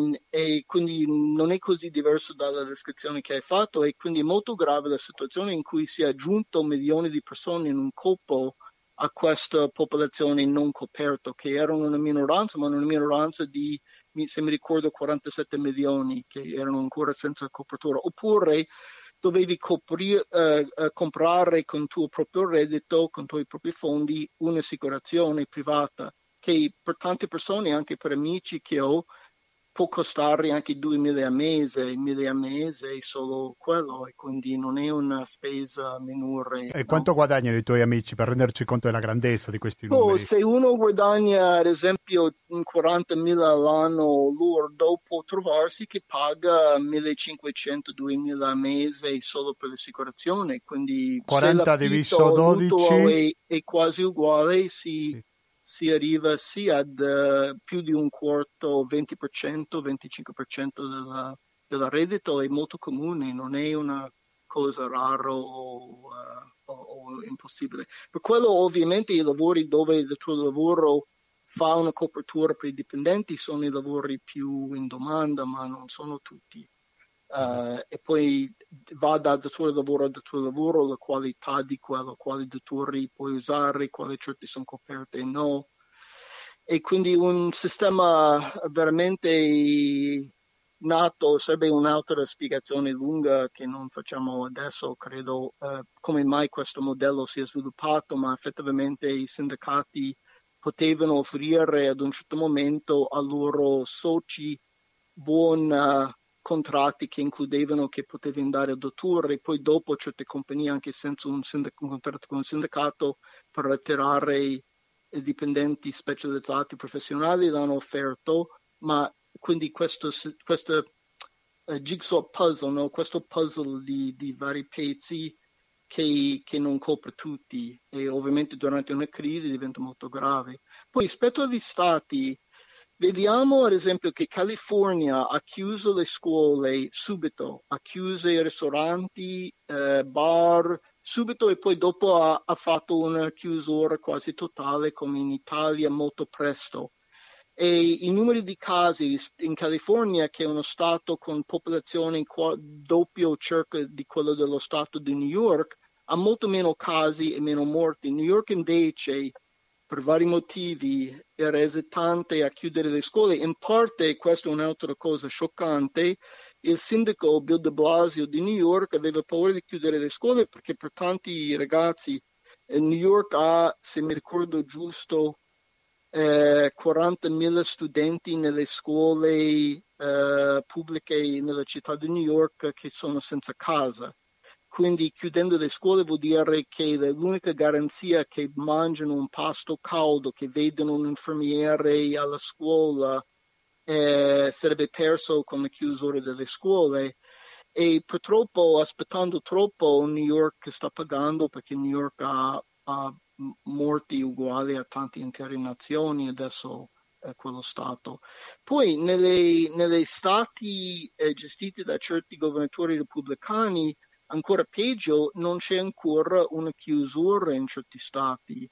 [SPEAKER 3] e quindi non è così diverso dalla descrizione che hai fatto e quindi è molto grave la situazione in cui si è aggiunto milioni di persone in un colpo a questa popolazione non coperta che erano una minoranza ma una minoranza di se mi ricordo quarantasette milioni che erano ancora senza copertura, oppure dovevi copri, eh, eh, comprare con il tuo proprio reddito, con i tuoi propri fondi, un'assicurazione privata che per tante persone, anche per amici che ho, può costare anche duemila a mese, mille a mese solo quello e quindi non è una spesa minore.
[SPEAKER 1] E
[SPEAKER 3] no?
[SPEAKER 1] quanto guadagnano i tuoi amici per renderci conto della grandezza di questi numeri?
[SPEAKER 3] Oh, se uno guadagna ad esempio quarantamila all'anno lordo può trovarsi che paga millecinquecento duemila a mese solo per l'assicurazione, quindi
[SPEAKER 1] quaranta
[SPEAKER 3] se
[SPEAKER 1] diviso
[SPEAKER 3] l'affitto
[SPEAKER 1] dodici
[SPEAKER 3] mutuo è, è quasi uguale si...
[SPEAKER 1] Sì.
[SPEAKER 3] si arriva sì ad uh, più di un quarto, venti per cento, venticinque per cento della, della reddito, è molto comune, non è una cosa rara o, uh, o, o impossibile. Per quello ovviamente i lavori dove il tuo lavoro fa una copertura per i dipendenti sono i lavori più in domanda, ma non sono tutti. Uh, e poi va da datore di lavoro a datore di lavoro la qualità di quello, quali datori puoi usare, quali certi sono coperte e no. E quindi un sistema veramente nato, sarebbe un'altra spiegazione lunga che non facciamo adesso, credo, uh, come mai questo modello si è sviluppato, ma effettivamente i sindacati potevano offrire ad un certo momento ai loro soci buon uh, contratti che includevano che potevi andare a dottore, e poi dopo certe compagnie anche senza un, sindac- un contratto con un sindacato per attirare i, i dipendenti specializzati professionali l'hanno offerto, ma quindi questo, questo uh, jigsaw puzzle, no? Questo puzzle di, di vari pezzi che, che non copre tutti, e ovviamente durante una crisi diventa molto grave. Poi rispetto agli stati, vediamo ad esempio che California ha chiuso le scuole subito, ha chiuso i ristoranti, eh, bar subito, e poi dopo ha, ha fatto una chiusura quasi totale come in Italia molto presto. E i numeri di casi in California, che è uno stato con popolazione doppio circa di quello dello stato di New York, ha molto meno casi e meno morti. New York invece, per vari motivi, era esitante a chiudere le scuole. In parte, questa è un'altra cosa scioccante, il sindaco Bill de Blasio di New York aveva paura di chiudere le scuole perché per tanti ragazzi New York ha, se mi ricordo giusto, eh, quarantamila studenti nelle scuole eh, pubbliche nella città di New York che sono senza casa. Quindi chiudendo le scuole vuol dire che l'unica garanzia che mangiano un pasto caldo, che vedono un infermiere alla scuola, eh, sarebbe perso con la chiusura delle scuole. E purtroppo, aspettando troppo, New York sta pagando, perché New York ha, ha morti uguali a tante intere nazioni, adesso è quello stato. Poi nelle, nelle stati eh, gestiti da certi governatori repubblicani, ancora peggio, non c'è ancora una chiusura in certi stati,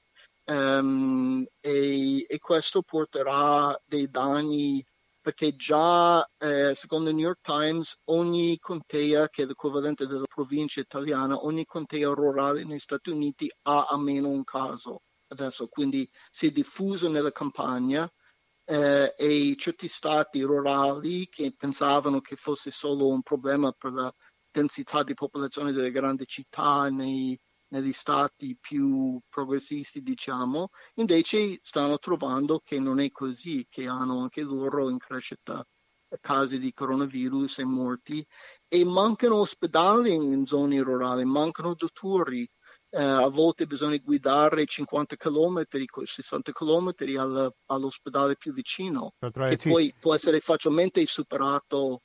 [SPEAKER 3] um, e, e questo porterà dei danni, perché già, eh, secondo il New York Times, ogni contea, che è l'equivalente della provincia italiana, ogni contea rurale negli Stati Uniti ha almeno un caso adesso, quindi si è diffuso nella campagna, eh, e certi stati rurali che pensavano che fosse solo un problema per la densità di popolazione delle grandi città nei, negli stati più progressisti, diciamo, invece stanno trovando che non è così, che hanno anche loro in crescita casi di coronavirus e morti, e mancano ospedali in zone rurali, mancano dottori, eh, a volte bisogna guidare cinquanta chilometri, sessanta chilometri all, all'ospedale più vicino,
[SPEAKER 1] Dottore,
[SPEAKER 3] che
[SPEAKER 1] sì.
[SPEAKER 3] poi può essere facilmente superato,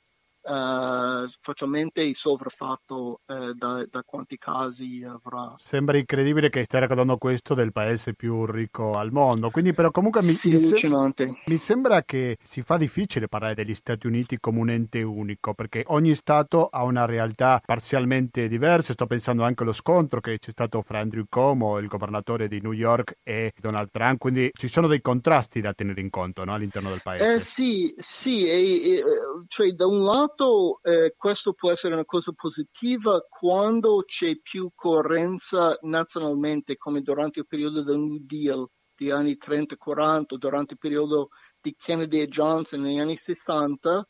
[SPEAKER 3] Uh, facilmente sovraffatto uh, da, da quanti casi avrà.
[SPEAKER 1] Sembra incredibile che stia raccontando questo del paese più ricco al mondo, quindi però comunque mi,
[SPEAKER 3] sì,
[SPEAKER 1] mi,
[SPEAKER 3] allucinante.
[SPEAKER 1] Se- mi sembra che si fa difficile parlare degli Stati Uniti come un ente unico, perché ogni Stato ha una realtà parzialmente diversa. Sto pensando anche allo scontro che c'è stato fra Andrew Cuomo, il governatore di New York, e Donald Trump, quindi ci sono dei contrasti da tenere in conto, no, all'interno del paese.
[SPEAKER 3] Eh sì, sì, e, e, cioè da un lato eh, questo può essere una cosa positiva quando c'è più coerenza nazionalmente, come durante il periodo del New Deal degli anni trenta quaranta, durante il periodo di Kennedy e Johnson negli anni sessanta,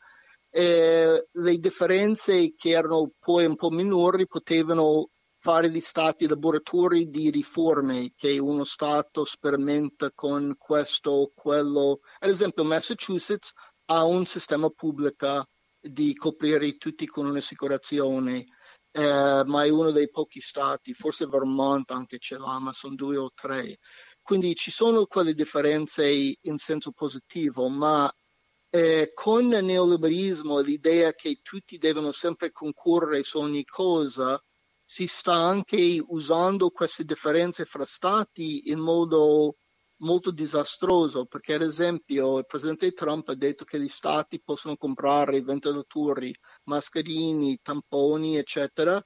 [SPEAKER 3] eh, le differenze che erano poi un po' minori potevano fare gli stati laboratori di riforme, che uno stato sperimenta con questo o quello. Ad esempio Massachusetts ha un sistema pubblico di coprire tutti con un'assicurazione, eh, ma è uno dei pochi stati, forse Vermont anche ce l'ha, ma sono due o tre. Quindi ci sono quelle differenze in senso positivo, ma eh, con il neoliberismo, l'idea che tutti devono sempre concorrere su ogni cosa, si sta anche usando queste differenze fra stati in modo molto disastroso, perché ad esempio il presidente Trump ha detto che gli stati possono comprare ventilatori, mascherine, tamponi, eccetera,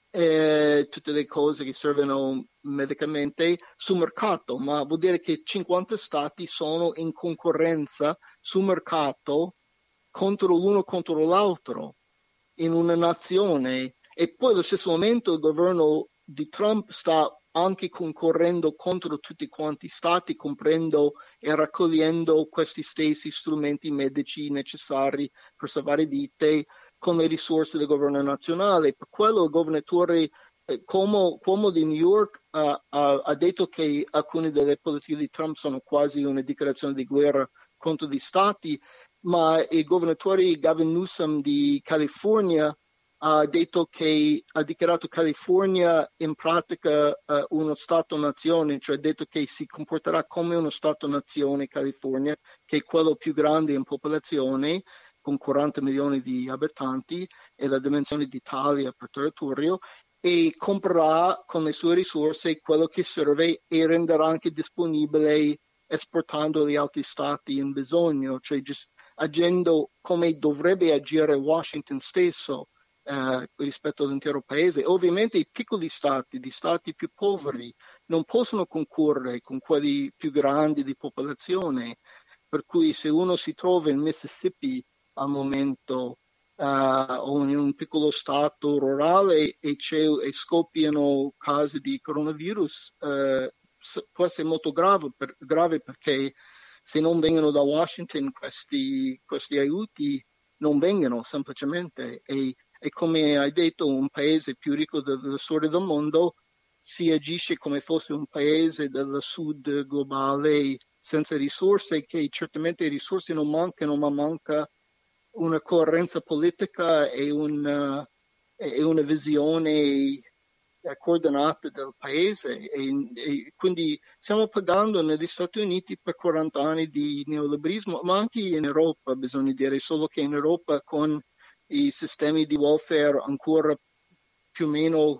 [SPEAKER 3] e tutte le cose che servono medicamente sul mercato, ma vuol dire che cinquanta stati sono in concorrenza sul mercato contro l'uno contro l'altro in una nazione, e poi allo stesso momento il governo di Trump sta anche concorrendo contro tutti quanti stati, comprendo e raccogliendo questi stessi strumenti medici necessari per salvare vite con le risorse del governo nazionale. Per quello il governatore eh, Cuomo, Cuomo di New York uh, uh, ha detto che alcune delle politiche di Trump sono quasi una dichiarazione di guerra contro gli stati, ma il governatore Gavin Newsom di California ha detto che ha dichiarato California in pratica uh, uno Stato-nazione, cioè ha detto che si comporterà come uno Stato-nazione California, che è quello più grande in popolazione, con quaranta milioni di abitanti e la dimensione d'Italia per territorio, e comprerà con le sue risorse quello che serve e renderà anche disponibile esportando agli altri stati in bisogno, cioè just agendo come dovrebbe agire Washington stesso. Eh, rispetto all'intero paese. Ovviamente i piccoli stati, gli stati più poveri, non possono concorrere con quelli più grandi di popolazione, per cui se uno si trova in Mississippi al momento uh, o in un piccolo stato rurale e, c'è, e scoppiano casi di coronavirus, uh, può essere molto grave, per, grave perché se non vengono da Washington questi, questi aiuti non vengono semplicemente, e e come hai detto un paese più ricco della storia del mondo si agisce come fosse un paese del sud globale senza risorse, che certamente risorse non mancano, ma manca una coerenza politica e una, e una visione coordinata del paese, e, e quindi stiamo pagando negli Stati Uniti per quaranta anni di neoliberismo, ma anche in Europa bisogna dire, solo che in Europa con i sistemi di welfare ancora più o meno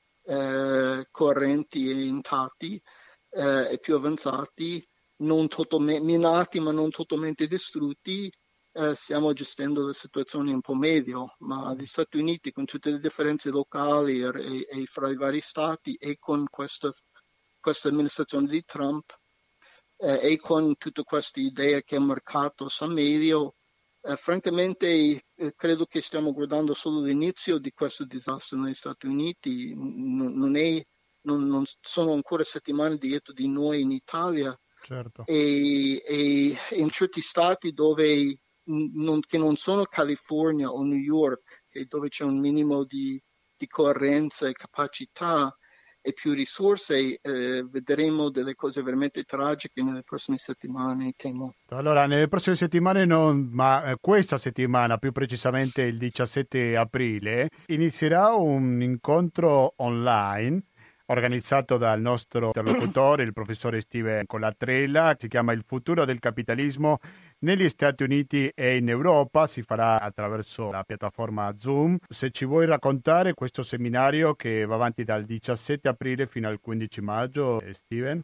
[SPEAKER 3] eh, coerenti e intatti eh, e più avanzati, non totalmente minati ma non totalmente distrutti, eh, stiamo gestendo la situazione un po' meglio, ma gli Stati Uniti con tutte le differenze locali e, e fra i vari stati e con questa, questa amministrazione di Trump eh, e con tutte queste idee che il mercato sa meglio, Eh, francamente eh, credo che stiamo guardando solo l'inizio di questo disastro negli Stati Uniti, N- non, è, non, non sono ancora settimane dietro di noi in Italia,
[SPEAKER 1] certo.
[SPEAKER 3] e, e in certi stati dove non, che non sono California o New York, e dove c'è un minimo di, di coerenza e capacità e più risorse, eh, vedremo delle cose veramente tragiche nelle prossime settimane, temo.
[SPEAKER 1] Allora, nelle prossime settimane, non, ma eh, questa settimana, più precisamente il diciassette aprile, inizierà un incontro online organizzato dal nostro interlocutore, il professore Steven Colatrella. Si chiama Il futuro del capitalismo negli Stati Uniti e in Europa. Si farà attraverso la piattaforma Zoom. Se ci vuoi raccontare questo seminario che va avanti dal diciassette aprile fino al quindici maggio, Steven?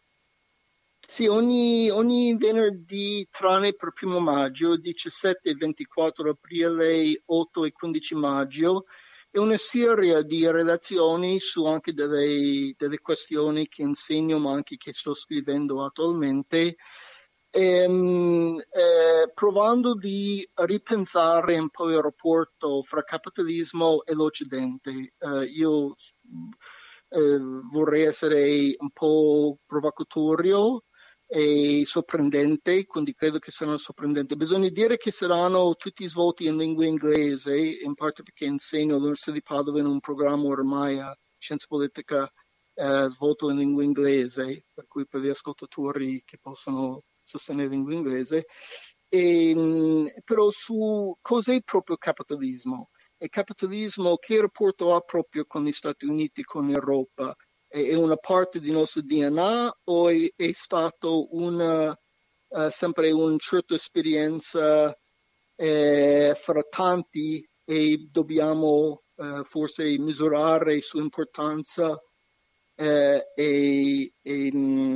[SPEAKER 3] Sì, ogni, ogni venerdì tranne per primo maggio, diciassette e ventiquattro aprile, otto e quindici maggio, è una serie di relazioni su anche delle, delle questioni che insegno ma anche che sto scrivendo attualmente, ehm, eh, provando di ripensare un po' il rapporto fra capitalismo e l'Occidente. Eh, io eh, vorrei essere un po' provocatorio e sorprendente, quindi credo che saranno sorprendenti. Bisogna dire che saranno tutti svolti in lingua inglese, in parte perché insegno all'Università di Padova in un programma ormai a scienza politica eh, svolto in lingua inglese, per cui per gli ascoltatori che possono sostenere lingua inglese. E, però su cos'è proprio capitalismo? E capitalismo che rapporto ha proprio con gli Stati Uniti, con l'Europa? È una parte di nostro D N A o è, è stato una, uh, sempre una certa esperienza eh, fra tanti, e dobbiamo uh, forse misurare sua importanza eh, e, e,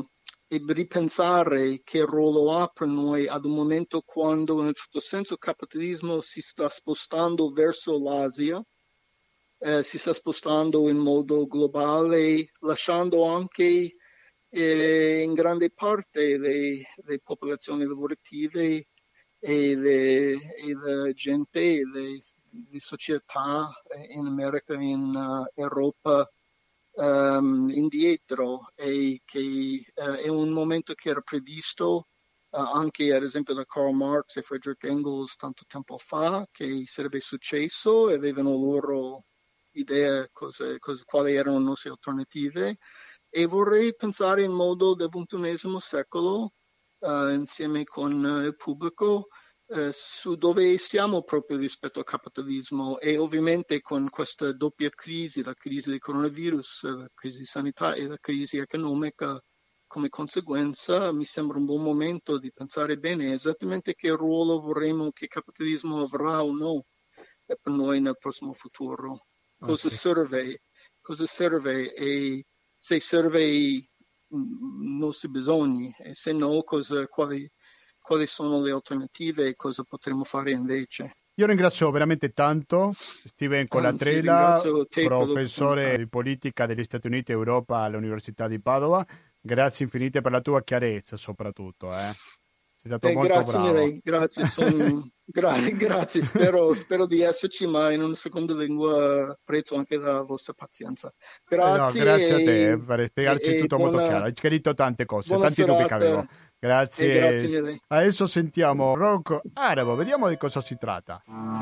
[SPEAKER 3] e ripensare che ruolo ha per noi ad un momento quando in un certo senso il capitalismo si sta spostando verso l'Asia, eh, si sta spostando in modo globale, lasciando anche eh, in grande parte le, le popolazioni lavorative e, le, e la gente, le, le società in America e in uh, Europa um, indietro, e che uh, è un momento che era previsto uh, anche ad esempio da Karl Marx e Friedrich Engels tanto tempo fa, che sarebbe successo, e avevano loro idea cose, cose, quali erano le nostre alternative, e vorrei pensare in modo del ventunesimo secolo uh, insieme con uh, il pubblico uh, su dove stiamo proprio rispetto al capitalismo, e ovviamente con questa doppia crisi, la crisi del coronavirus, la crisi sanitaria e la crisi economica come conseguenza, mi sembra un buon momento di pensare bene esattamente che ruolo vorremmo che il capitalismo avrà o no per noi nel prossimo futuro. Cosa, ah, sì. serve, cosa serve e se serve i nostri bisogni, e se no cosa, quali, quali sono le alternative e cosa potremmo fare invece.
[SPEAKER 1] Io ringrazio veramente tanto Steven Colatrella, professore di politica degli Stati Uniti e Europa all'Università di Padova. Grazie infinite per la tua chiarezza soprattutto. Eh. Sei stato
[SPEAKER 3] eh,
[SPEAKER 1] molto
[SPEAKER 3] grazie
[SPEAKER 1] bravo.
[SPEAKER 3] Mille, grazie, son, gra- grazie spero, spero di esserci, ma in una seconda lingua apprezzo anche la vostra pazienza. Grazie,
[SPEAKER 1] eh no, grazie
[SPEAKER 3] e,
[SPEAKER 1] a te per spiegarci
[SPEAKER 3] e,
[SPEAKER 1] tutto
[SPEAKER 3] buona,
[SPEAKER 1] molto chiaro. Hai chiarito tante cose,
[SPEAKER 3] buona
[SPEAKER 1] tanti
[SPEAKER 3] serata.
[SPEAKER 1] dubbi che avevo. Grazie.
[SPEAKER 3] Grazie mille.
[SPEAKER 1] Adesso sentiamo rock arabo, vediamo di cosa si tratta.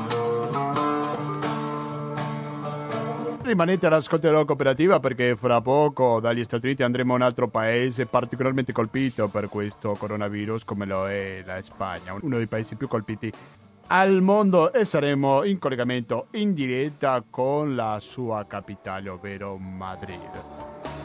[SPEAKER 1] Rimanete all'ascolto della cooperativa, perché fra poco dagli Stati Uniti andremo a un altro paese particolarmente colpito per questo coronavirus, come lo è la Spagna, uno dei paesi più colpiti al mondo, e saremo in collegamento in diretta con la sua capitale, ovvero Madrid.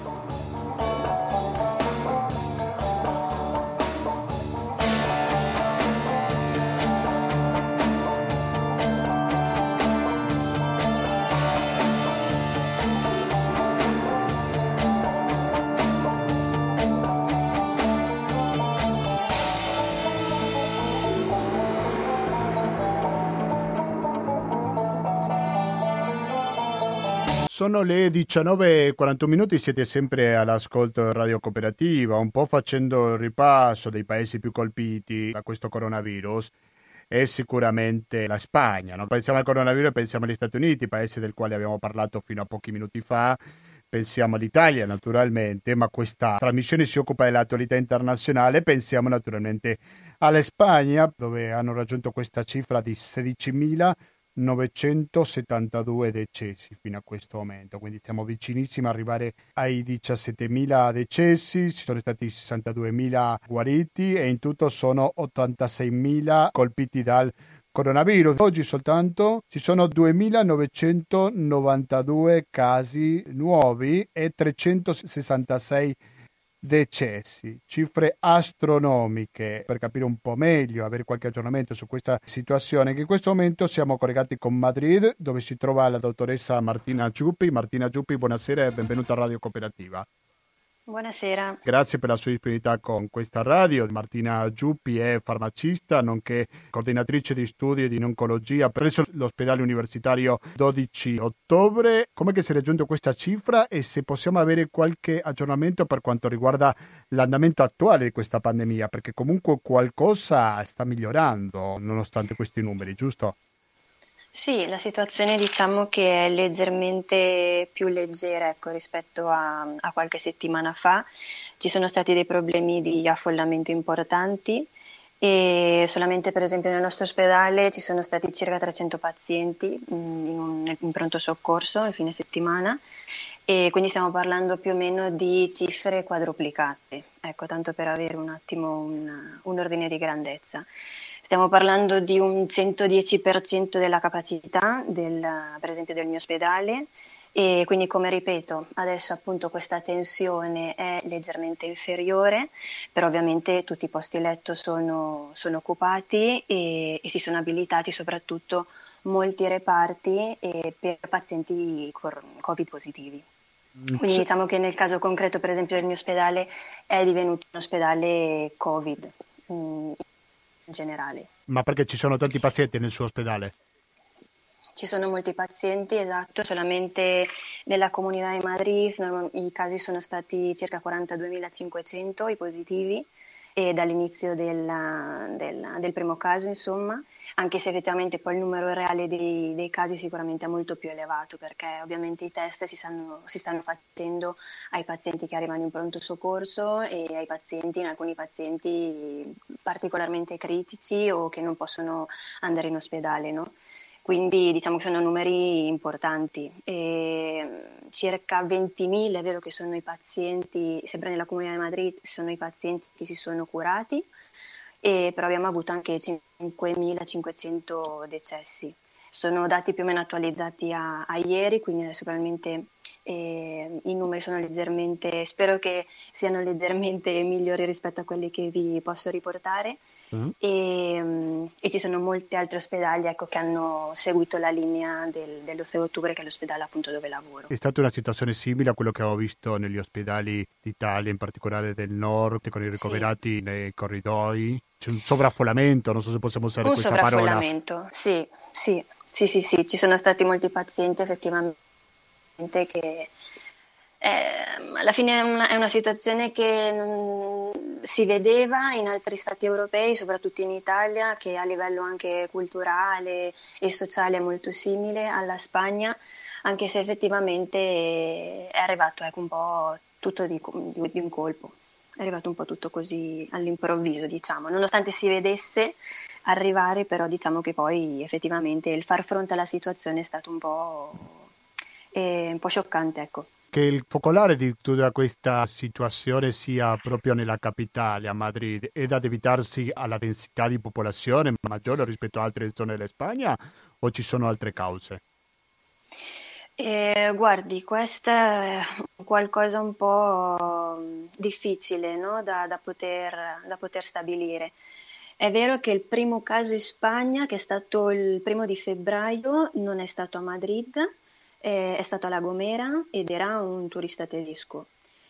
[SPEAKER 1] Sono le diciannove e quarantuno minuti, siete sempre all'ascolto di Radio Cooperativa, un po' facendo il ripasso dei paesi più colpiti da questo coronavirus. È sicuramente la Spagna, no? Pensiamo al coronavirus e pensiamo agli Stati Uniti, paese del quale abbiamo parlato fino a pochi minuti fa, pensiamo all'Italia naturalmente, ma questa trasmissione si occupa dell'attualità internazionale, pensiamo naturalmente alla Spagna, dove hanno raggiunto questa cifra di sedicimila novecentosettantadue decessi fino a questo momento, quindi siamo vicinissimi ad arrivare ai diciassettemila decessi, ci sono stati sessantaduemila guariti e in tutto sono ottantaseimila colpiti dal coronavirus. Oggi soltanto ci sono duemilanovecentonovantadue casi nuovi e trecentosessantasei decessi, cifre astronomiche. Per capire un po' meglio, avere qualche aggiornamento su questa situazione, che in questo momento siamo collegati con Madrid, dove si trova la dottoressa Martina Giuppi. Martina Giuppi, buonasera e benvenuta a Radio Cooperativa.
[SPEAKER 4] Buonasera.
[SPEAKER 1] Grazie per la sua disponibilità con questa radio. Martina Giuppi è farmacista, nonché coordinatrice di studi di oncologia presso l'ospedale universitario dodici ottobre. Come che si è raggiunto questa cifra e se possiamo avere qualche aggiornamento per quanto riguarda l'andamento attuale di questa pandemia, perché comunque qualcosa sta migliorando nonostante questi numeri, giusto?
[SPEAKER 4] Sì, la situazione diciamo che è leggermente più leggera, ecco, rispetto a, a qualche settimana fa. Ci sono stati dei problemi di affollamento importanti e solamente per esempio nel nostro ospedale ci sono stati circa trecento pazienti in, un, in pronto soccorso il fine settimana, e quindi stiamo parlando più o meno di cifre quadruplicate, ecco, tanto per avere un attimo un, un ordine di grandezza. Stiamo parlando di un centodieci per cento della capacità, del, per esempio, del mio ospedale, e quindi, come ripeto, adesso appunto questa tensione è leggermente inferiore, però ovviamente tutti i posti letto sono, sono occupati e, e si sono abilitati soprattutto molti reparti e per pazienti Covid positivi. Quindi diciamo che nel caso concreto, per esempio, del mio ospedale è divenuto un ospedale Covid mh, in generale.
[SPEAKER 1] Ma perché ci sono tanti pazienti nel suo ospedale?
[SPEAKER 4] Ci sono molti pazienti, esatto, solamente nella Comunità di Madrid i casi sono stati circa quarantaduemilacinquecento i positivi e dall'inizio del, del, del primo caso, insomma, anche se effettivamente poi il numero reale dei, dei casi sicuramente è molto più elevato, perché ovviamente i test si stanno, si stanno facendo ai pazienti che arrivano in pronto soccorso e ai pazienti, in alcuni pazienti particolarmente critici o che non possono andare in ospedale, no? Quindi diciamo che sono numeri importanti. E circa ventimila è vero che sono i pazienti, sempre nella Comunità di Madrid, sono i pazienti che si sono curati, e però abbiamo avuto anche cinquemilacinquecento decessi. Sono dati più o meno attualizzati a, a ieri, quindi adesso probabilmente eh, i numeri sono leggermente, spero che siano leggermente migliori rispetto a quelli che vi posso riportare. Mm. E, e ci sono molti altri ospedali, ecco, che hanno seguito la linea del, dello sei ottobre, che è l'ospedale appunto dove lavoro.
[SPEAKER 1] È stata una situazione simile a quello che avevo visto negli ospedali d'Italia, in particolare del nord, con i ricoverati sì. nei corridoi. C'è un sovraffollamento, non so se possiamo usare
[SPEAKER 4] un
[SPEAKER 1] questa parola. Un
[SPEAKER 4] sovraffollamento, sì, sì, sì, sì, sì, ci sono stati molti pazienti effettivamente che Eh, alla fine è una, è una situazione che mh, si vedeva in altri stati europei, soprattutto in Italia, che a livello anche culturale e sociale è molto simile alla Spagna, anche se effettivamente è arrivato ecco, un po' tutto di, di, di un colpo, è arrivato un po' tutto così all'improvviso, diciamo, nonostante si vedesse arrivare, però diciamo che poi effettivamente il far fronte alla situazione è stato un po', eh, un po' scioccante, ecco.
[SPEAKER 1] Che il focolare di tutta questa situazione sia proprio nella capitale, a Madrid, è da adebitarsi alla densità di popolazione maggiore rispetto a altre zone della Spagna o ci sono altre cause?
[SPEAKER 4] Eh, guardi, questa è qualcosa un po' difficile, no? da, da, poter, da poter stabilire. È vero che il primo caso in Spagna, che è stato il primo di febbraio, non è stato a Madrid, è stato a La Gomera ed era un turista tedesco.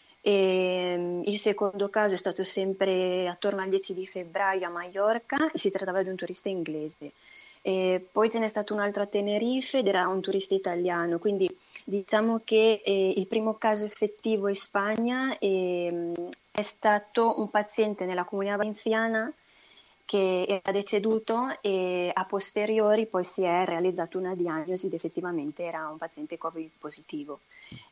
[SPEAKER 4] E il secondo caso è stato sempre attorno al dieci di febbraio a Maiorca e si trattava di un turista inglese. E poi ce n'è stato un altro a Tenerife ed era un turista italiano, quindi diciamo che eh, il primo caso effettivo in Spagna eh, è stato un paziente nella Comunità Valenciana che era deceduto e a posteriori poi si è realizzata una diagnosi ed effettivamente era un paziente Covid positivo.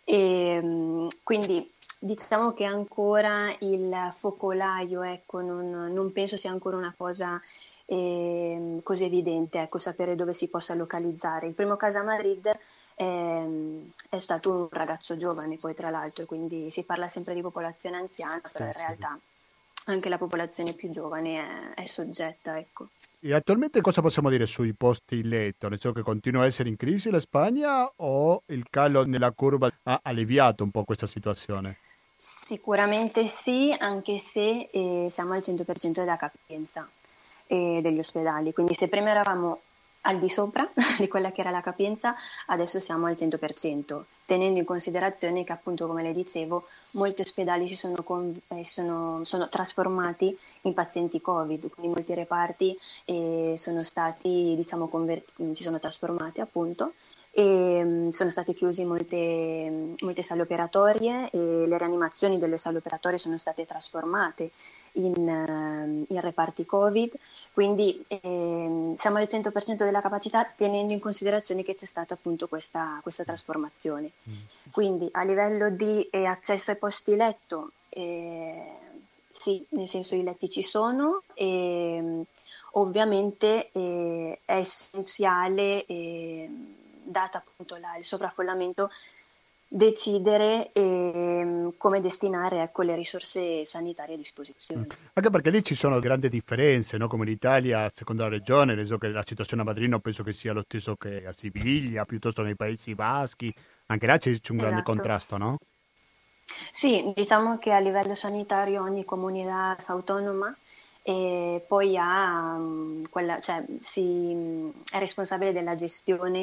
[SPEAKER 4] E, quindi diciamo che ancora il focolaio, ecco, non, non penso sia ancora una cosa eh, così evidente, ecco, sapere dove si possa localizzare. Il primo caso a Madrid eh, è stato un ragazzo giovane, poi tra l'altro, quindi si parla sempre di popolazione anziana, però in realtà anche la popolazione più giovane è, è soggetta, ecco.
[SPEAKER 1] E attualmente cosa possiamo dire sui posti letto? Nel senso che continua a essere in crisi la Spagna o il calo nella curva ha alleviato un po' questa situazione?
[SPEAKER 4] Sicuramente sì, anche se eh, siamo al cento per cento della capienza eh, degli ospedali, quindi se prima eravamo al di sopra di quella che era la capienza, adesso siamo al cento per cento, tenendo in considerazione che appunto, come le dicevo, molti ospedali si sono, con, eh, sono, sono trasformati in pazienti Covid, quindi molti reparti eh, sono stati, diciamo, convertiti, si sono trasformati appunto, e mh, sono state chiuse molte, molte sale operatorie e le rianimazioni delle sale operatorie sono state trasformate in, uh, in reparti Covid, quindi eh, siamo al cento per cento della capacità tenendo in considerazione che c'è stata appunto questa, questa trasformazione. Mm. Quindi a livello di eh, accesso ai posti letto, eh, sì, nel senso i letti ci sono e ovviamente eh, è essenziale, eh, data appunto la, il sovraffollamento, decidere eh, come destinare ecco, le risorse sanitarie a disposizione.
[SPEAKER 1] Anche perché lì ci sono grandi differenze, no? Come in Italia, secondo la regione, nel senso che la situazione a Madrid non penso che sia lo stesso che a Siviglia, piuttosto nei Paesi Baschi, anche là c'è, c'è un grande
[SPEAKER 4] esatto.
[SPEAKER 1] contrasto, no?
[SPEAKER 4] Sì, diciamo che a livello sanitario ogni comunità autonoma e poi ha, quella, cioè, si, è responsabile della gestione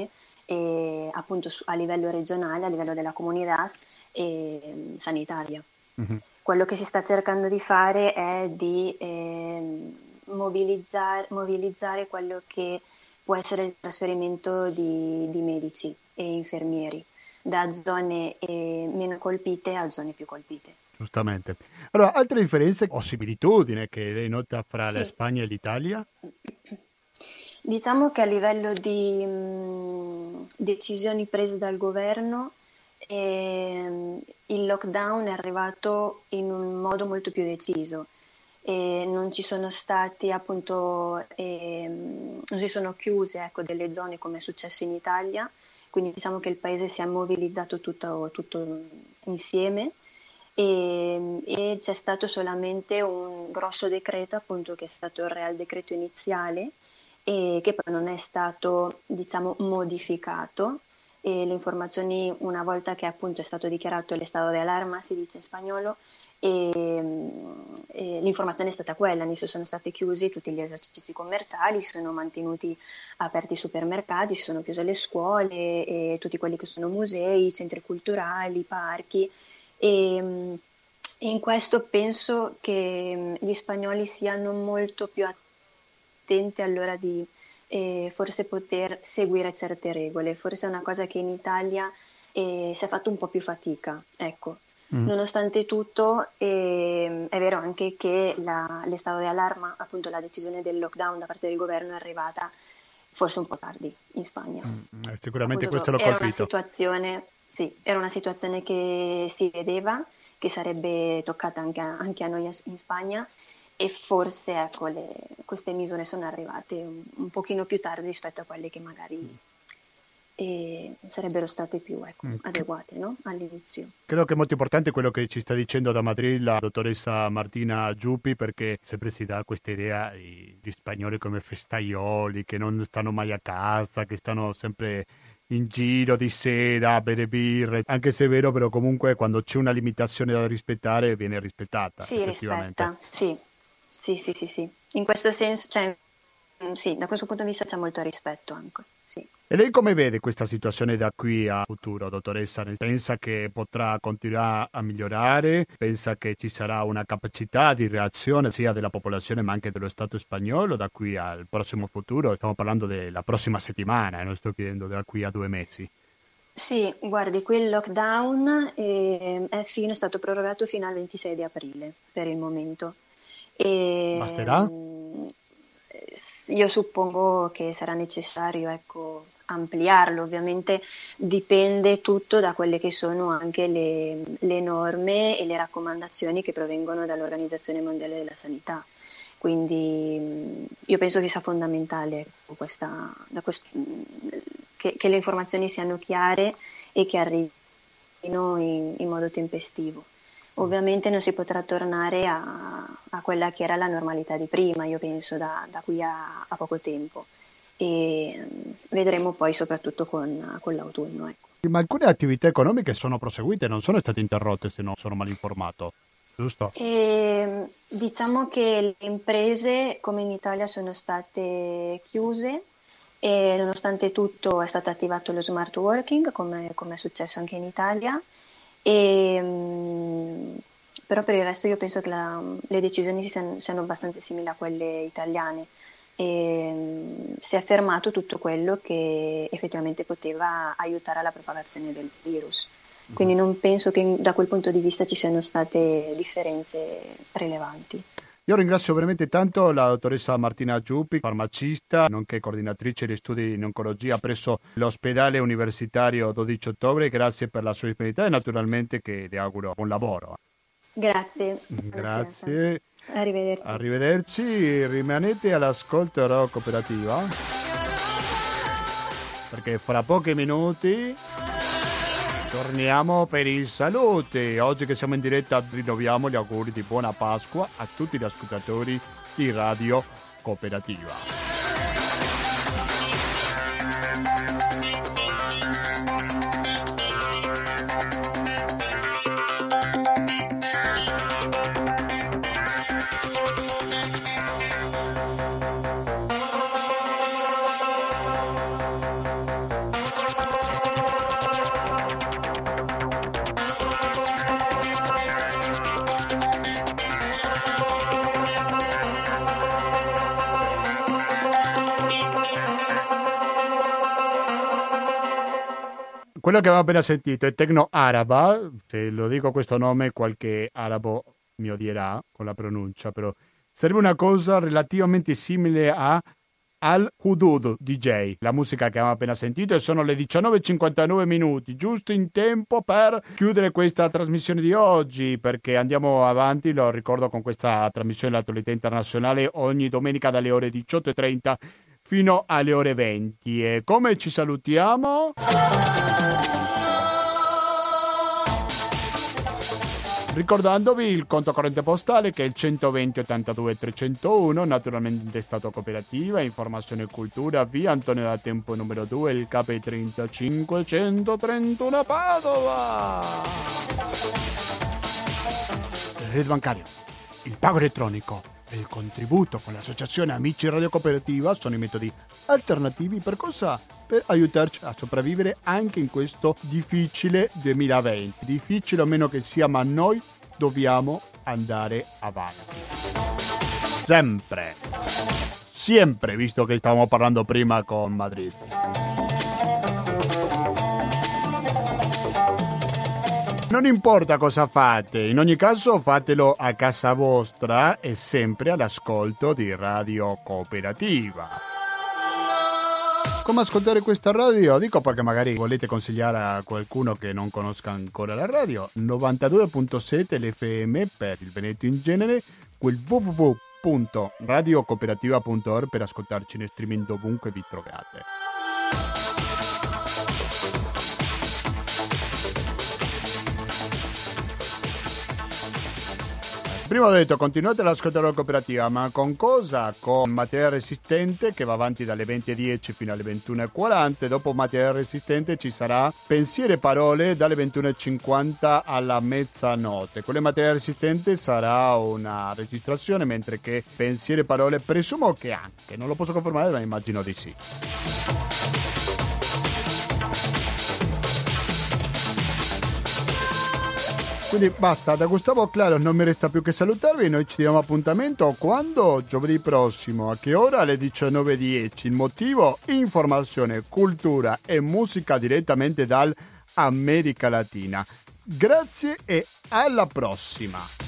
[SPEAKER 4] e appunto su, a livello regionale, a livello della comunità e, sanitaria. Mm-hmm. Quello che si sta cercando di fare è di eh, mobilizzare, mobilizzare quello che può essere il trasferimento di, di medici e infermieri da zone eh, meno colpite a zone più colpite.
[SPEAKER 1] Giustamente. Allora, altre differenze o similitudini che lei nota fra sì. la Spagna e l'Italia?
[SPEAKER 4] Diciamo che a livello di mh, decisioni prese dal governo eh, il lockdown è arrivato in un modo molto più deciso. E non ci sono stati appunto eh, non si sono chiuse ecco, delle zone come è successo in Italia, quindi diciamo che il paese si è mobilizzato tutto, tutto insieme e, e c'è stato solamente un grosso decreto appunto che è stato il Real Decreto iniziale e che poi non è stato diciamo modificato e le informazioni una volta che appunto è stato dichiarato l'estato di allarma si dice in spagnolo E, e l'informazione è stata quella, ne sono stati chiusi tutti gli esercizi commerciali, si sono mantenuti aperti i supermercati, si sono chiuse le scuole, e tutti quelli che sono musei, centri culturali, parchi e, e in questo penso che gli spagnoli siano molto più attenti all'ora di eh, forse poter seguire certe regole, forse è una cosa che in Italia eh, si è fatto un po' più fatica, ecco. Mm. Nonostante tutto eh, è vero anche che la, l'estato di allarma, appunto la decisione del lockdown da parte del governo è arrivata forse un po' tardi in Spagna.
[SPEAKER 1] Mm, eh, sicuramente
[SPEAKER 4] appunto,
[SPEAKER 1] questo l'ho
[SPEAKER 4] era
[SPEAKER 1] colpito.
[SPEAKER 4] Una situazione, sì, era una situazione che si vedeva, che sarebbe toccata anche a, anche a noi in Spagna e forse ecco, le, queste misure sono arrivate un, un pochino più tardi rispetto a quelle che magari... Mm. e sarebbero state più ecco, adeguate no? all'inizio.
[SPEAKER 1] Credo che è molto importante quello che ci sta dicendo da Madrid la dottoressa Martina Giuppi, perché sempre si dà questa idea di, di spagnoli come festaioli, che non stanno mai a casa, che stanno sempre in giro di sera a bere birre, anche se è vero, però comunque quando c'è una limitazione da rispettare viene rispettata.
[SPEAKER 4] Sì, rispetta, sì. Sì, sì, sì, sì. In questo senso, cioè, sì, da questo punto di vista c'è molto rispetto anche, sì.
[SPEAKER 1] E lei come vede questa situazione da qui a futuro, dottoressa? Pensa che potrà continuare a migliorare? Pensa che ci sarà una capacità di reazione sia della popolazione ma anche dello Stato spagnolo da qui al prossimo futuro? Stiamo parlando della prossima settimana, non sto chiedendo da qui a due mesi.
[SPEAKER 4] Sì, guardi, qui il lockdown è, è, fino, è stato prorogato fino al ventisei di aprile per il momento. E,
[SPEAKER 1] Basterà?
[SPEAKER 4] Io suppongo che sarà necessario, ecco, ampliarlo, ovviamente dipende tutto da quelle che sono anche le, le norme e le raccomandazioni che provengono dall'Organizzazione Mondiale della Sanità, quindi io penso che sia fondamentale questa, da questo, che, che le informazioni siano chiare e che arrivino in, in modo tempestivo. Ovviamente non si potrà tornare a, a quella che era la normalità di prima, io penso, da, da qui a, a poco tempo. E vedremo poi soprattutto con, con l'autunno. Ecco.
[SPEAKER 1] Ma alcune attività economiche sono proseguite, non sono state interrotte, se non sono mal informato, giusto?
[SPEAKER 4] E, diciamo che le imprese come in Italia sono state chiuse e nonostante tutto è stato attivato lo smart working come, come è successo anche in Italia. E, però per il resto io penso che la, le decisioni siano, siano abbastanza simili a quelle italiane. E si è fermato tutto quello che effettivamente poteva aiutare alla propagazione del virus, quindi non penso che da quel punto di vista ci siano state differenze rilevanti.
[SPEAKER 1] Io ringrazio veramente tanto la dottoressa Martina Giuppi, farmacista, nonché coordinatrice di studi in oncologia presso l'ospedale universitario dodici ottobre. Grazie per la sua disponibilità e naturalmente che le auguro buon lavoro.
[SPEAKER 4] Grazie.
[SPEAKER 1] Grazie.
[SPEAKER 4] Arrivederci.
[SPEAKER 1] Arrivederci, rimanete all'ascolto della cooperativa perché fra pochi minuti torniamo per i saluti. Oggi che siamo in diretta rinnoviamo gli auguri di buona Pasqua a tutti gli ascoltatori di Radio Cooperativa. quello che abbiamo appena sentito è Tecno Araba, se lo dico questo nome qualche arabo mi odierà con la pronuncia, però sarebbe una cosa relativamente simile a Al Hudud D J, la musica che abbiamo appena sentito, e sono le diciannove e cinquantanove minuti, giusto in tempo per chiudere questa trasmissione di oggi, perché andiamo avanti, lo ricordo, con questa trasmissione dell'attualità internazionale ogni domenica dalle ore diciotto e trenta fino alle ore venti. E come ci salutiamo? Ricordandovi il conto corrente postale che è il centoventi ottantadue trecentouno, naturalmente Stato Cooperativa, Informazione e Cultura, via Antonio da Tempo numero due, il K I trentacinque centotrentuno Padova. Il rete bancario, il pago elettronico e il contributo con l'associazione Amici Radio Cooperativa sono i metodi alternativi per cosa? Per aiutarci a sopravvivere anche in questo difficile duemilaventi. Difficile o meno che sia, ma noi dobbiamo andare avanti. Sempre. Sempre, visto che stavamo parlando prima con Madrid. Non importa cosa fate, in ogni caso fatelo a casa vostra e sempre all'ascolto di Radio Cooperativa. Come ascoltare questa radio? Dico perché magari volete consigliare a qualcuno che non conosca ancora la radio. novantadue virgola sette l'F M per il Veneto in genere, quel w w w punto radio cooperativa punto org per ascoltarci in streaming dovunque vi trovate. Prima ho detto continuate ad ascoltare la cooperativa, ma con cosa? Con materiale resistente che va avanti dalle venti e dieci fino alle ventuno e quaranta. Dopo materiale resistente ci sarà pensieri e parole dalle ventuno e cinquanta alla mezzanotte. Con le materiale resistente sarà una registrazione, mentre che pensieri e parole presumo che anche, non lo posso confermare ma immagino di sì. Quindi basta, da Gustavo Claros non mi resta più che salutarvi. Noi ci diamo appuntamento quando? Giovedì prossimo. A che ora? Alle diciannove e dieci. Il motivo? Informazione, cultura e musica direttamente dall'America Latina. Grazie e alla prossima.